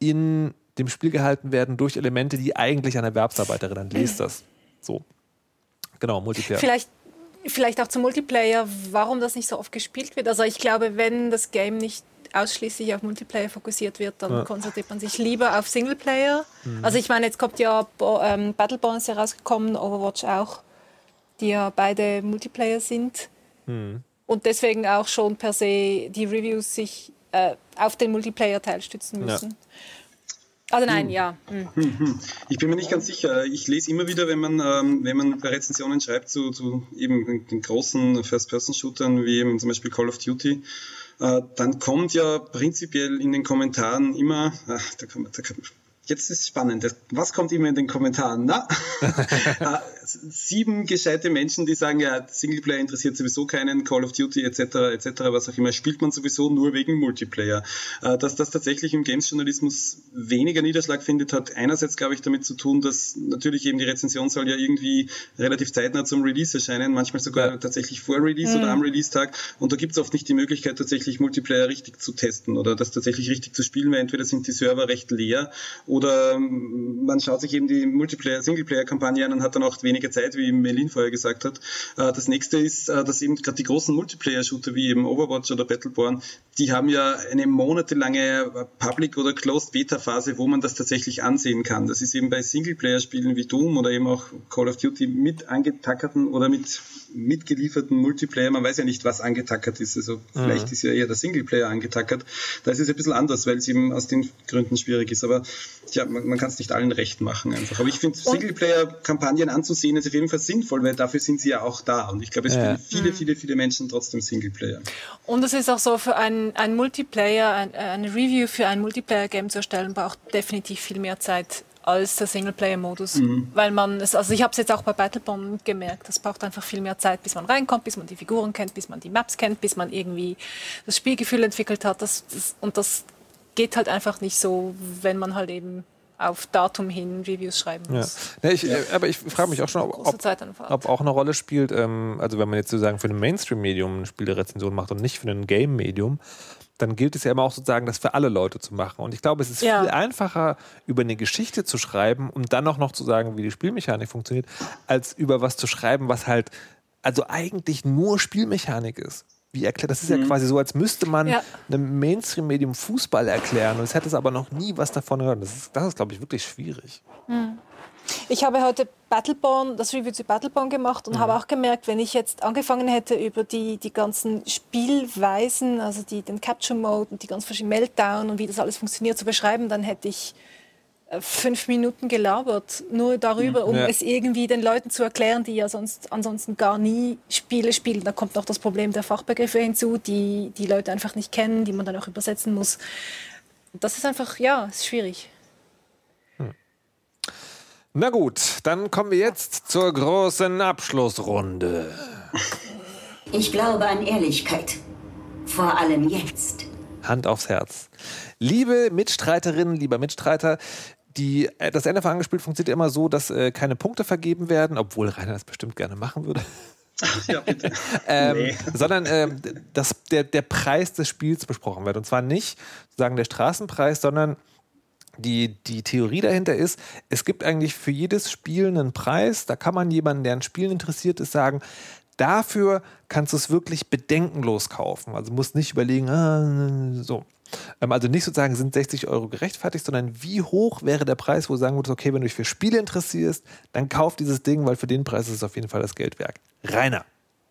in dem Spiel gehalten werden durch Elemente, die eigentlich eine Erwerbsarbeiterin, dann lest das. So. Genau, Multiplayer. Vielleicht, vielleicht auch zum Multiplayer, warum das nicht so oft gespielt wird. Also ich glaube, wenn das Game nicht ausschließlich auf Multiplayer fokussiert wird, dann Ja. konzentriert man sich lieber auf Singleplayer. Also ich meine, jetzt kommt ja Bo- ähm, Battleborn ist herausgekommen, Overwatch auch, die ja beide Multiplayer sind. Und deswegen auch schon per se die Reviews sich äh, auf den Multiplayer-Teil stützen müssen. Also nein, ja. Hm. Ich bin mir nicht ganz sicher. Ich lese immer wieder, wenn man, ähm, wenn man Rezensionen schreibt zu, zu eben den großen First-Person-Shootern wie eben zum Beispiel Call of Duty, äh, dann kommt ja prinzipiell in den Kommentaren immer, ach, da kommt, da kommt, jetzt ist es spannend. Das, was kommt immer in den Kommentaren? Na, äh, sieben gescheite Menschen, die sagen, ja, Singleplayer interessiert sowieso keinen, Call of Duty et cetera et cetera, was auch immer, spielt man sowieso nur wegen Multiplayer. Äh, dass das tatsächlich im Games-Journalismus weniger Niederschlag findet, hat einerseits, glaube ich, damit zu tun, dass natürlich eben die Rezension soll ja irgendwie relativ zeitnah zum Release erscheinen, manchmal sogar Ja. tatsächlich vor Release oder am Release-Tag, und da gibt es oft nicht die Möglichkeit, tatsächlich Multiplayer richtig zu testen oder das tatsächlich richtig zu spielen, weil entweder sind die Server recht leer oder man schaut sich eben die Multiplayer, Singleplayer-Kampagne an und hat dann auch weniger Zeit, wie Melin vorher gesagt hat. Das nächste ist, dass eben gerade die großen Multiplayer-Shooter wie eben Overwatch oder Battleborn, die haben ja eine monatelange Public- oder Closed-Beta-Phase, wo man das tatsächlich ansehen kann. Das ist eben bei Singleplayer-Spielen wie Doom oder eben auch Call of Duty mit angetackerten oder mit mitgelieferten Multiplayer. Man weiß ja nicht, was angetackert ist. Also vielleicht ist ja eher der Singleplayer angetackert. Da ist es ein bisschen anders, weil es eben aus den Gründen schwierig ist. Aber ja, man, man kann es nicht allen recht machen einfach. Aber ich finde, Singleplayer-Kampagnen anzusehen ist auf jeden Fall sinnvoll, weil dafür sind sie ja auch da. Und ich glaube, es Ja. spielen viele, viele, viele Menschen trotzdem Singleplayer. Und es ist auch so, für ein, ein Multiplayer, ein, eine Review für ein Multiplayer-Game zu erstellen, braucht definitiv viel mehr Zeit als der Singleplayer-Modus. Mhm. Weil man, es, also ich habe es jetzt auch bei Battleborn gemerkt, das braucht einfach viel mehr Zeit, bis man reinkommt, bis man die Figuren kennt, bis man die Maps kennt, bis man irgendwie das Spielgefühl entwickelt hat. Das, das, und das geht halt einfach nicht so, wenn man halt eben auf Datum hin Reviews schreiben Ja. muss. Ja, ich, äh, aber ich frage mich auch schon, ob, Große ob, Zeitanfahrt. ob auch eine Rolle spielt, ähm, also wenn man jetzt sozusagen für ein Mainstream-Medium eine Spielerezension macht und nicht für ein Game-Medium, dann gilt es ja immer auch sozusagen, das für alle Leute zu machen. Und ich glaube, es ist Ja. viel einfacher, über eine Geschichte zu schreiben und dann auch noch zu sagen, wie die Spielmechanik funktioniert, als über was zu schreiben, was halt also eigentlich nur Spielmechanik ist. Wie erklärt, das ist ja quasi so, als müsste man Ja. einem Mainstream-Medium Fußball erklären und es hätte es aber noch nie was davon gehört. Das ist, das ist glaube ich, wirklich schwierig. Ich habe heute Battleborn, das Review zu Battleborn gemacht und mhm. habe auch gemerkt, wenn ich jetzt angefangen hätte, über die, die ganzen Spielweisen, also die, den Capture Mode und die ganz verschiedenen Meltdown und wie das alles funktioniert zu beschreiben, dann hätte ich äh, fünf Minuten gelabert, nur darüber, um ja. es irgendwie den Leuten zu erklären, die ja sonst ansonsten gar nie Spiele spielen. Da kommt noch das Problem der Fachbegriffe hinzu, die die Leute einfach nicht kennen, die man dann auch übersetzen muss. Das ist einfach, ja, ist schwierig. Na gut, dann kommen wir jetzt zur großen Abschlussrunde. Ich glaube an Ehrlichkeit. Vor allem jetzt. Hand aufs Herz. Liebe Mitstreiterinnen, lieber Mitstreiter, die, das N F A angespielt funktioniert immer so, dass äh, keine Punkte vergeben werden, obwohl Rainer das bestimmt gerne machen würde. Ja, bitte. ähm, Nee. Sondern ähm, dass der, der Preis des Spiels besprochen wird. Und zwar nicht sozusagen der Straßenpreis, sondern Die, die Theorie dahinter ist, es gibt eigentlich für jedes Spiel einen Preis. Da kann man jemanden, der an Spielen interessiert ist, sagen, dafür kannst du es wirklich bedenkenlos kaufen. Also musst nicht überlegen, ah, so. Also nicht sozusagen, sind sechzig Euro gerechtfertigt, sondern wie hoch wäre der Preis, wo du sagen würdest, okay, wenn du dich für Spiele interessierst, dann kauf dieses Ding, weil für den Preis ist es auf jeden Fall das Geld wert. Rainer.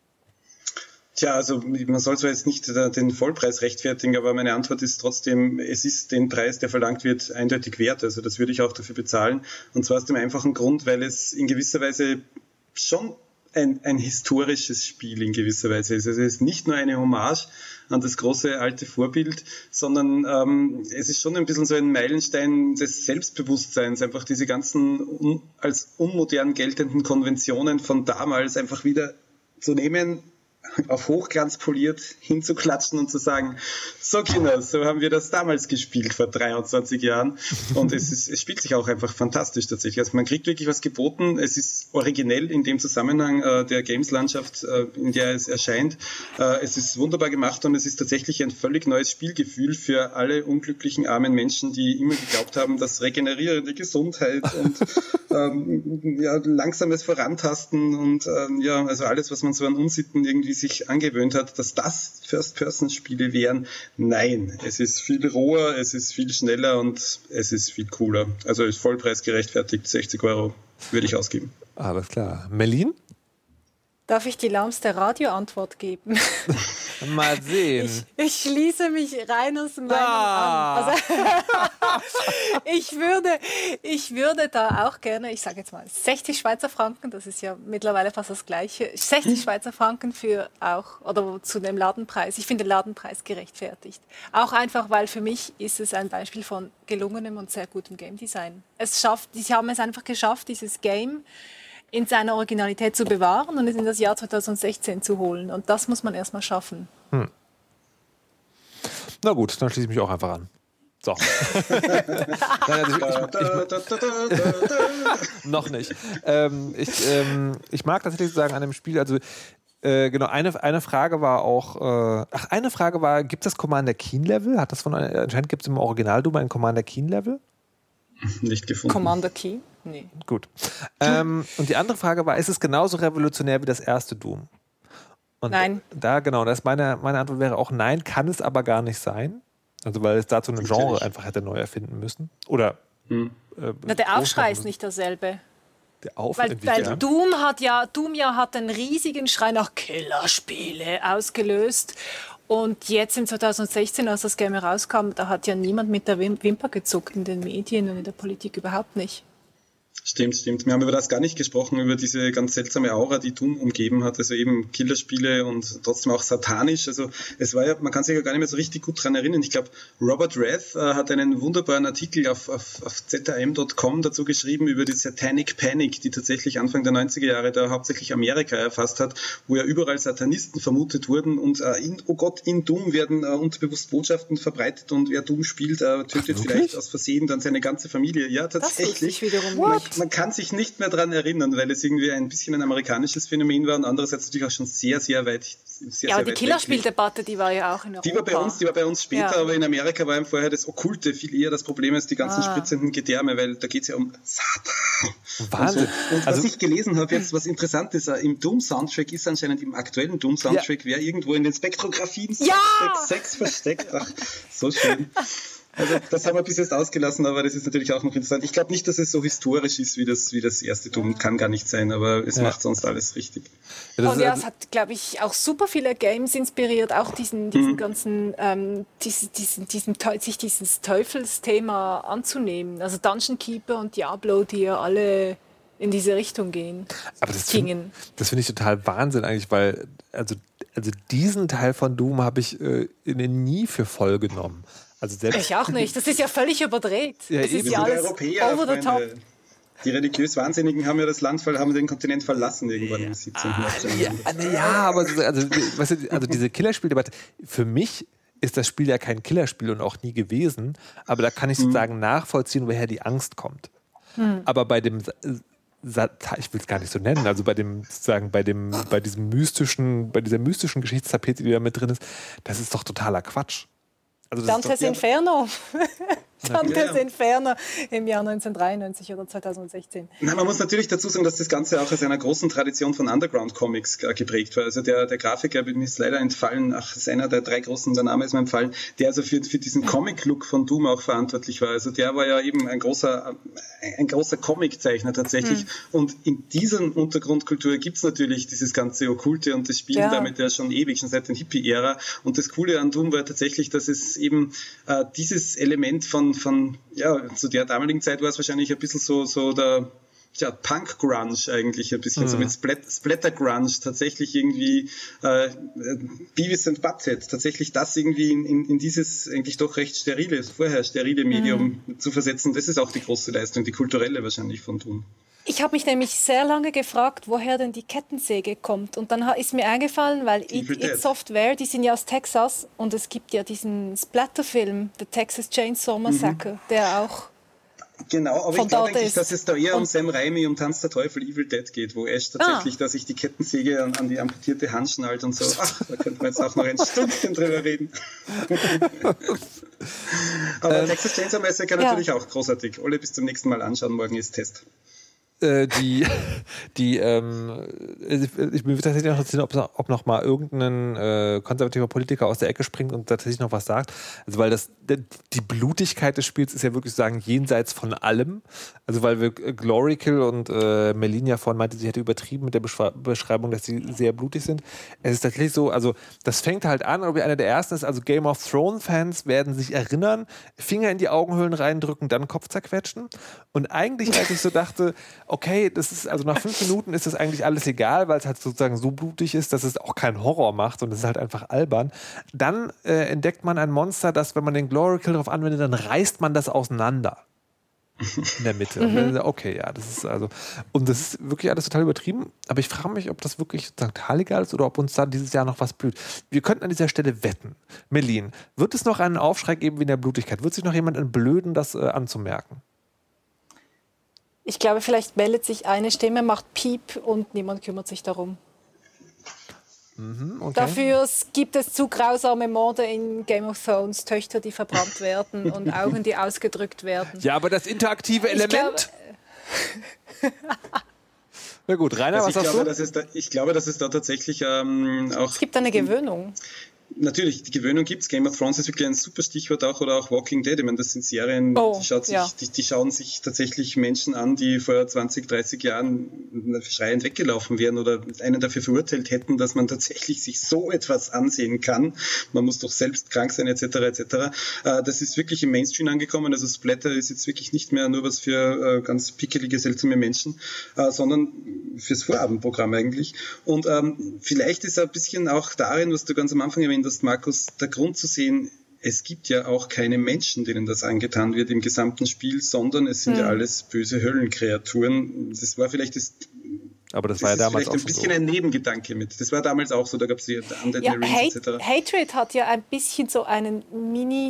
Tja, also man soll zwar jetzt nicht den Vollpreis rechtfertigen, aber meine Antwort ist trotzdem, es ist den Preis, der verlangt wird, eindeutig wert. Also das würde ich auch dafür bezahlen. Und zwar aus dem einfachen Grund, weil es in gewisser Weise schon ein, ein historisches Spiel in gewisser Weise ist. Also es ist nicht nur eine Hommage an das große alte Vorbild, sondern ähm, es ist schon ein bisschen so ein Meilenstein des Selbstbewusstseins, einfach diese ganzen un, als unmodern geltenden Konventionen von damals einfach wieder zu nehmen, auf Hochglanz poliert hinzuklatschen und zu sagen, so Kinder, so haben wir das damals gespielt vor dreiundzwanzig Jahren und es, ist, es spielt sich auch einfach fantastisch tatsächlich. Also man kriegt wirklich was geboten, es ist originell in dem Zusammenhang äh, der Games-Landschaft, äh, in der es erscheint. Äh, es ist wunderbar gemacht und es ist tatsächlich ein völlig neues Spielgefühl für alle unglücklichen armen Menschen, die immer geglaubt haben, dass regenerierende Gesundheit und ähm, ja, langsames Vorantasten und ähm, ja, also alles, was man so an Unsitten irgendwie sich angewöhnt hat, dass das First-Person-Spiele wären. Nein, es ist viel roher, es ist viel schneller und es ist viel cooler. Also ist Vollpreis gerechtfertigt, sechzig Euro würde ich ausgeben. Alles klar. Merlin? Darf ich die lahmste Radioantwort geben? Mal sehen. Ich, ich schließe mich Reiners Meinung Ah. an. Also, ich, würde, ich würde da auch gerne, ich sage jetzt mal sechzig Schweizer Franken, das ist ja mittlerweile fast das Gleiche, sechzig Schweizer Franken für auch, oder zu dem Ladenpreis. Ich finde den Ladenpreis gerechtfertigt. Auch einfach, weil für mich ist es ein Beispiel von gelungenem und sehr gutem Game Design. Es schafft, sie haben es einfach geschafft, dieses Game in seiner Originalität zu bewahren und es in das Jahr zweitausendsechzehn zu holen. Und das muss man erstmal schaffen. Hm. Na gut, dann schließe ich mich auch einfach an. So. Nein, also ich, ich, ich, noch nicht. Ähm, ich, ähm, ich mag tatsächlich sagen an dem Spiel, also äh, genau, eine, eine Frage war auch, äh, ach, eine Frage war, gibt es Commander Keen Level? Hat das von, anscheinend gibt es im Original Doom ein Commander Keen Level? Nicht gefunden. Commander Key? Nee. Gut. Ähm, und die andere Frage war, ist es genauso revolutionär wie das erste Doom? Und nein. Da, genau, das meine, meine Antwort wäre auch nein, kann es aber gar nicht sein. Also weil es dazu ein Genre Natürlich. einfach hätte neu erfinden müssen. Oder Hm. äh, Na, der Aufschrei ist nicht derselbe. Der Auf- Weil, weil inwiefern? Doom hat ja, Doom ja hat einen riesigen Schrei nach Killerspiele ausgelöst. Und jetzt im zweitausendsechzehn, als das Game herauskam, da hat ja niemand mit der Wim- Wimper gezuckt in den Medien und in der Politik überhaupt nicht. Stimmt, stimmt. Wir haben über das gar nicht gesprochen, über diese ganz seltsame Aura, die Doom umgeben hat. Also eben Killerspiele und trotzdem auch satanisch. Also es war ja, man kann sich ja gar nicht mehr so richtig gut dran erinnern. Ich glaube, Robert Rath äh, hat einen wunderbaren Artikel auf, auf, auf z a m punkt com dazu geschrieben über die Satanic Panic, die tatsächlich Anfang der neunziger Jahre da hauptsächlich Amerika erfasst hat, wo ja überall Satanisten vermutet wurden und äh, in, oh Gott, in Doom werden äh, unterbewusst Botschaften verbreitet und wer Doom spielt, äh, tötet Ach, vielleicht aus Versehen dann seine ganze Familie. Ja, Das wusste tatsächlich. ich wiederum Man nicht. man, man kann sich nicht mehr daran erinnern, weil es irgendwie ein bisschen ein amerikanisches Phänomen war und andererseits natürlich auch schon sehr, sehr weit sehr, Ja, sehr aber die weit Killerspieldebatte, die war ja auch in Europa. Die war bei uns, die war bei uns später, Ja. aber in Amerika war eben vorher das Okkulte viel eher das Problem als die ganzen Ah. spritzenden Gedärme, weil da geht es ja um Satan. Wahnsinn. Und, so. und Also- was ich gelesen habe jetzt, was interessant ist, im Doom-Soundtrack ist anscheinend im aktuellen Doom-Soundtrack, wer irgendwo in den Spektrografien Ja! sechs versteckt. Ach, so schön. Also das haben wir bis jetzt ausgelassen, aber das ist natürlich auch noch interessant. Ich glaube nicht, dass es so historisch ist wie das, wie das erste Doom. Kann gar nicht sein, aber es Ja. macht sonst alles richtig. Ja, das Und ist- ja, es hat, glaube ich, auch super viele Games inspiriert, auch diesen, diesen ganzen, ähm, diesen, diesen, diesen, Teu- sich dieses Teufelsthema anzunehmen. Also Dungeon Keeper und Diablo, die ja alle in diese Richtung gehen. Aber das gingen. finde das find ich total Wahnsinn eigentlich, weil also, also diesen Teil von Doom habe ich äh, nie für voll genommen. Also selbst Ich auch nicht. Das ist ja völlig überdreht. Ja, das eben. ist ja Wir sind alles Europäer, over the top. Freunde. Die religiös Wahnsinnigen haben ja das Land, ver- haben den Kontinent verlassen irgendwann im siebzehnten. Ja, na ja, aber so- also, weißt du, also diese Killerspieldebatte, für mich ist das Spiel ja kein Killerspiel und auch nie gewesen, aber da kann ich sozusagen nachvollziehen, woher die Angst kommt. Aber bei dem Sa- Sa- ich will es gar nicht so nennen, also bei dem sozusagen bei dem bei diesem mystischen, bei dieser mystischen Geschichtstapete, die da mit drin ist, das ist doch totaler Quatsch. Also das ist Dantes doch, Inferno. Dantes Ja. Inferno im Jahr neunzehnhundertdreiundneunzig oder zweitausendsechzehn. Nein, man muss natürlich dazu sagen, dass das Ganze auch aus einer großen Tradition von Underground-Comics äh, geprägt war. Also der, der Grafiker, mir ist leider entfallen, ach, ist einer der drei großen, der Name ist mir entfallen, der also für, für diesen Comic-Look von Doom auch verantwortlich war. Also der war ja eben ein großer, ein großer Comic-Zeichner tatsächlich. Mhm. Und in dieser Untergrundkultur gibt's natürlich dieses ganze Okkulte und das Spielen Ja. damit ja schon ewig, schon seit der Hippie-Ära. Und das Coole an Doom war tatsächlich, dass es eben äh, dieses Element von von, ja, zu der damaligen Zeit war es wahrscheinlich ein bisschen so, so der, ja, Punk-Grunge eigentlich, ein bisschen mhm. so mit Splat- Splatter-Grunge, tatsächlich irgendwie äh, Beavis and Butthead, tatsächlich das irgendwie in, in, in dieses eigentlich doch recht sterile, vorher sterile Medium mhm. zu versetzen, das ist auch die große Leistung, die kulturelle wahrscheinlich von Doom. Ich habe mich nämlich sehr lange gefragt, woher denn die Kettensäge kommt. Und dann ha- ist mir eingefallen, weil id Evil Dead. id Software, die sind ja aus Texas und es gibt ja diesen Splatter-Film, The Texas Chainsaw Massacre, der auch Genau, aber von ich glaube dort eigentlich, ist. dass es da eher um Und- Sam Raimi, um Tanz der Teufel, Evil Dead geht, wo Ash tatsächlich, Ah. dass sich die Kettensäge an, an die amputierte Hand schnallt und so. Ach, da könnte man jetzt auch noch ein Stündchen drüber reden. Aber Ähm, Texas Chainsaw Massacre ja. natürlich auch großartig. Alle bis zum nächsten Mal anschauen, morgen ist Test. äh, die, die, ähm, ich, ich will tatsächlich noch interessieren, ob, ob noch mal irgendein äh, konservativer Politiker aus der Ecke springt und tatsächlich noch was sagt. Also, weil das, die Blutigkeit des Spiels ist ja wirklich sagen, jenseits von allem. Also, weil wir Glory Kill und äh, Melina vorhin meinte, sie hätte übertrieben mit der Beschrei- Beschreibung, dass sie sehr blutig sind. Es ist tatsächlich so, also, das fängt halt an, ob ihr einer der ersten ist, also Game of Thrones Fans werden sich erinnern, Finger in die Augenhöhlen reindrücken, dann Kopf zerquetschen. Und eigentlich, als ich so dachte, okay, das ist, also nach fünf Minuten ist das eigentlich alles egal, weil es halt sozusagen so blutig ist, dass es auch keinen Horror macht und es ist halt einfach albern. Dann äh, entdeckt man ein Monster, das, wenn man den Glory Kill darauf anwendet, dann reißt man das auseinander. In der Mitte. Und dann, okay, ja, das ist also, und das ist wirklich alles total übertrieben, aber ich frage mich, ob das wirklich total legal ist oder ob uns da dieses Jahr noch was blüht. Wir könnten an dieser Stelle wetten. Melin, wird es noch einen Aufschrei geben wie in der Blutigkeit? Wird sich noch jemand entblöden, das äh, anzumerken? Ich glaube, vielleicht meldet sich eine Stimme, macht Piep und niemand kümmert sich darum. Mhm, okay. Dafür gibt es zu grausame Morde in Game of Thrones, Töchter, die verbrannt werden und Augen, die ausgedrückt werden. Ja, aber das interaktive Ich Element. Na gut, Rainer, Also was ich, sagst glaube, du? dass es da, ich glaube, dass es da tatsächlich ähm, auch... Es gibt eine Gewöhnung. Natürlich, die Gewöhnung gibt's. Game of Thrones ist wirklich ein super Stichwort auch, oder auch Walking Dead. Ich meine, das sind Serien, Oh, die, schaut sich, ja. die, die schauen sich tatsächlich Menschen an, die vor zwanzig, dreißig Jahren schreiend weggelaufen wären oder einen dafür verurteilt hätten, dass man tatsächlich sich so etwas ansehen kann. Man muss doch selbst krank sein, et cetera et cetera. Äh, das ist wirklich im Mainstream angekommen. Also Splatter ist jetzt wirklich nicht mehr nur was für äh, ganz pickelige, seltsame Menschen, äh, sondern fürs Vorabendprogramm eigentlich. Und ähm, vielleicht ist ein bisschen auch darin, was du ganz am Anfang erwähnt hast, Markus, der Grund zu sehen, es gibt ja auch keine Menschen, denen das angetan wird im gesamten Spiel, sondern es sind hm. ja alles böse Höllenkreaturen. Das war vielleicht das... Aber das, das war ja ist damals vielleicht auch ein schon bisschen so. ein Nebengedanke mit. Das war damals auch so, da gab es die Undead Ja, Marines et cetera. Hate, Hatred hat ja ein bisschen so einen Mini-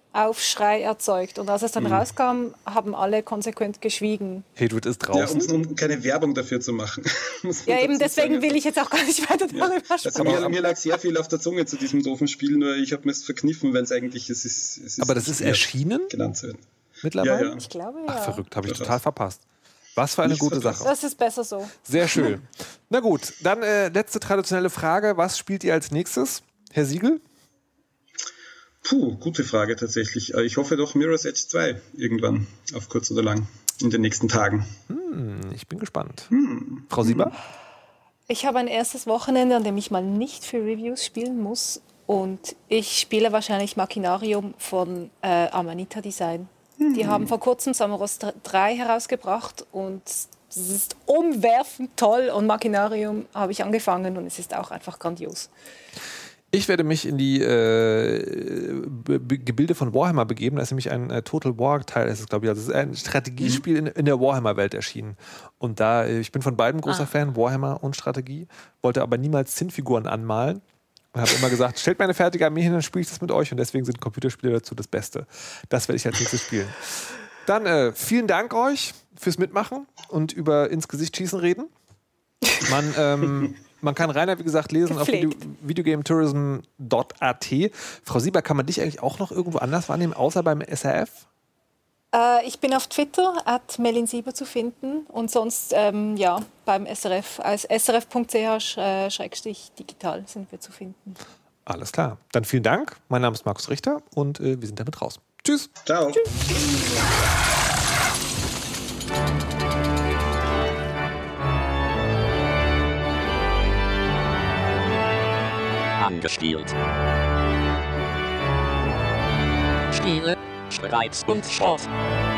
Aufschrei erzeugt. Und als es dann mhm. rauskam, haben alle konsequent geschwiegen. Hatred ist draußen. Ja, um, um keine Werbung dafür zu machen. Ja, eben deswegen sagen. will ich jetzt auch gar nicht weiter darüber ja. sprechen. Also mir, mir lag sehr viel auf der Zunge zu diesem doofen Spiel, nur ich habe mir es verkniffen, weil es eigentlich es ist, es ist. Aber das ist erschienen? Genannt zu werden. Mittlerweile? Ja, ja. Ich glaube, ja. Ach, verrückt, habe ich total verpasst. Was für eine Nichts gute verpasst. Sache. Das ist besser so. Sehr schön. Na gut, dann äh, letzte traditionelle Frage. Was spielt ihr als nächstes? Herr Siegel? Puh, gute Frage tatsächlich. Ich hoffe doch Mirror's Edge zwei irgendwann, auf kurz oder lang, in den nächsten Tagen. Hm, ich bin gespannt. Hm. Frau Sieber? Ich habe ein erstes Wochenende, an dem ich mal nicht für Reviews spielen muss. Und ich spiele wahrscheinlich Machinarium von äh, Amanita Design. Hm. Die haben vor kurzem Samuros drei herausgebracht und es ist umwerfend toll. Und Machinarium habe ich angefangen und es ist auch einfach grandios. Ich werde mich in die äh, Be- Gebilde von Warhammer begeben. Da ist nämlich ein äh, Total War-Teil, das ist, glaube ich, also das ist ein Strategiespiel in, in der Warhammer-Welt erschienen. Und da, äh, ich bin von beiden großer ah. Fan, Warhammer und Strategie, wollte aber niemals Zinnfiguren anmalen. Und habe immer gesagt, stellt mir eine fertige Armee hin, dann spiele ich das mit euch. Und deswegen sind Computerspiele dazu das Beste. Das werde ich als nächstes spielen. Dann äh, vielen Dank euch fürs Mitmachen und über ins Gesicht schießen reden. Man, ähm, man kann Rainer, wie gesagt, lesen Gepflegt. auf Video, videogametourism punkt a t. Frau Sieber, kann man dich eigentlich auch noch irgendwo anders wahrnehmen, außer beim S R F? Äh, ich bin auf Twitter, at melinsieber zu finden. Und sonst, ähm, ja, beim S R F, als s r f punkt c h schrägstrich digital sind wir zu finden. Alles klar. Dann vielen Dank. Mein Name ist Markus Richter und äh, wir sind damit raus. Tschüss. Ciao. Tschüss. Angespielt. Spiele, Streits und Sport.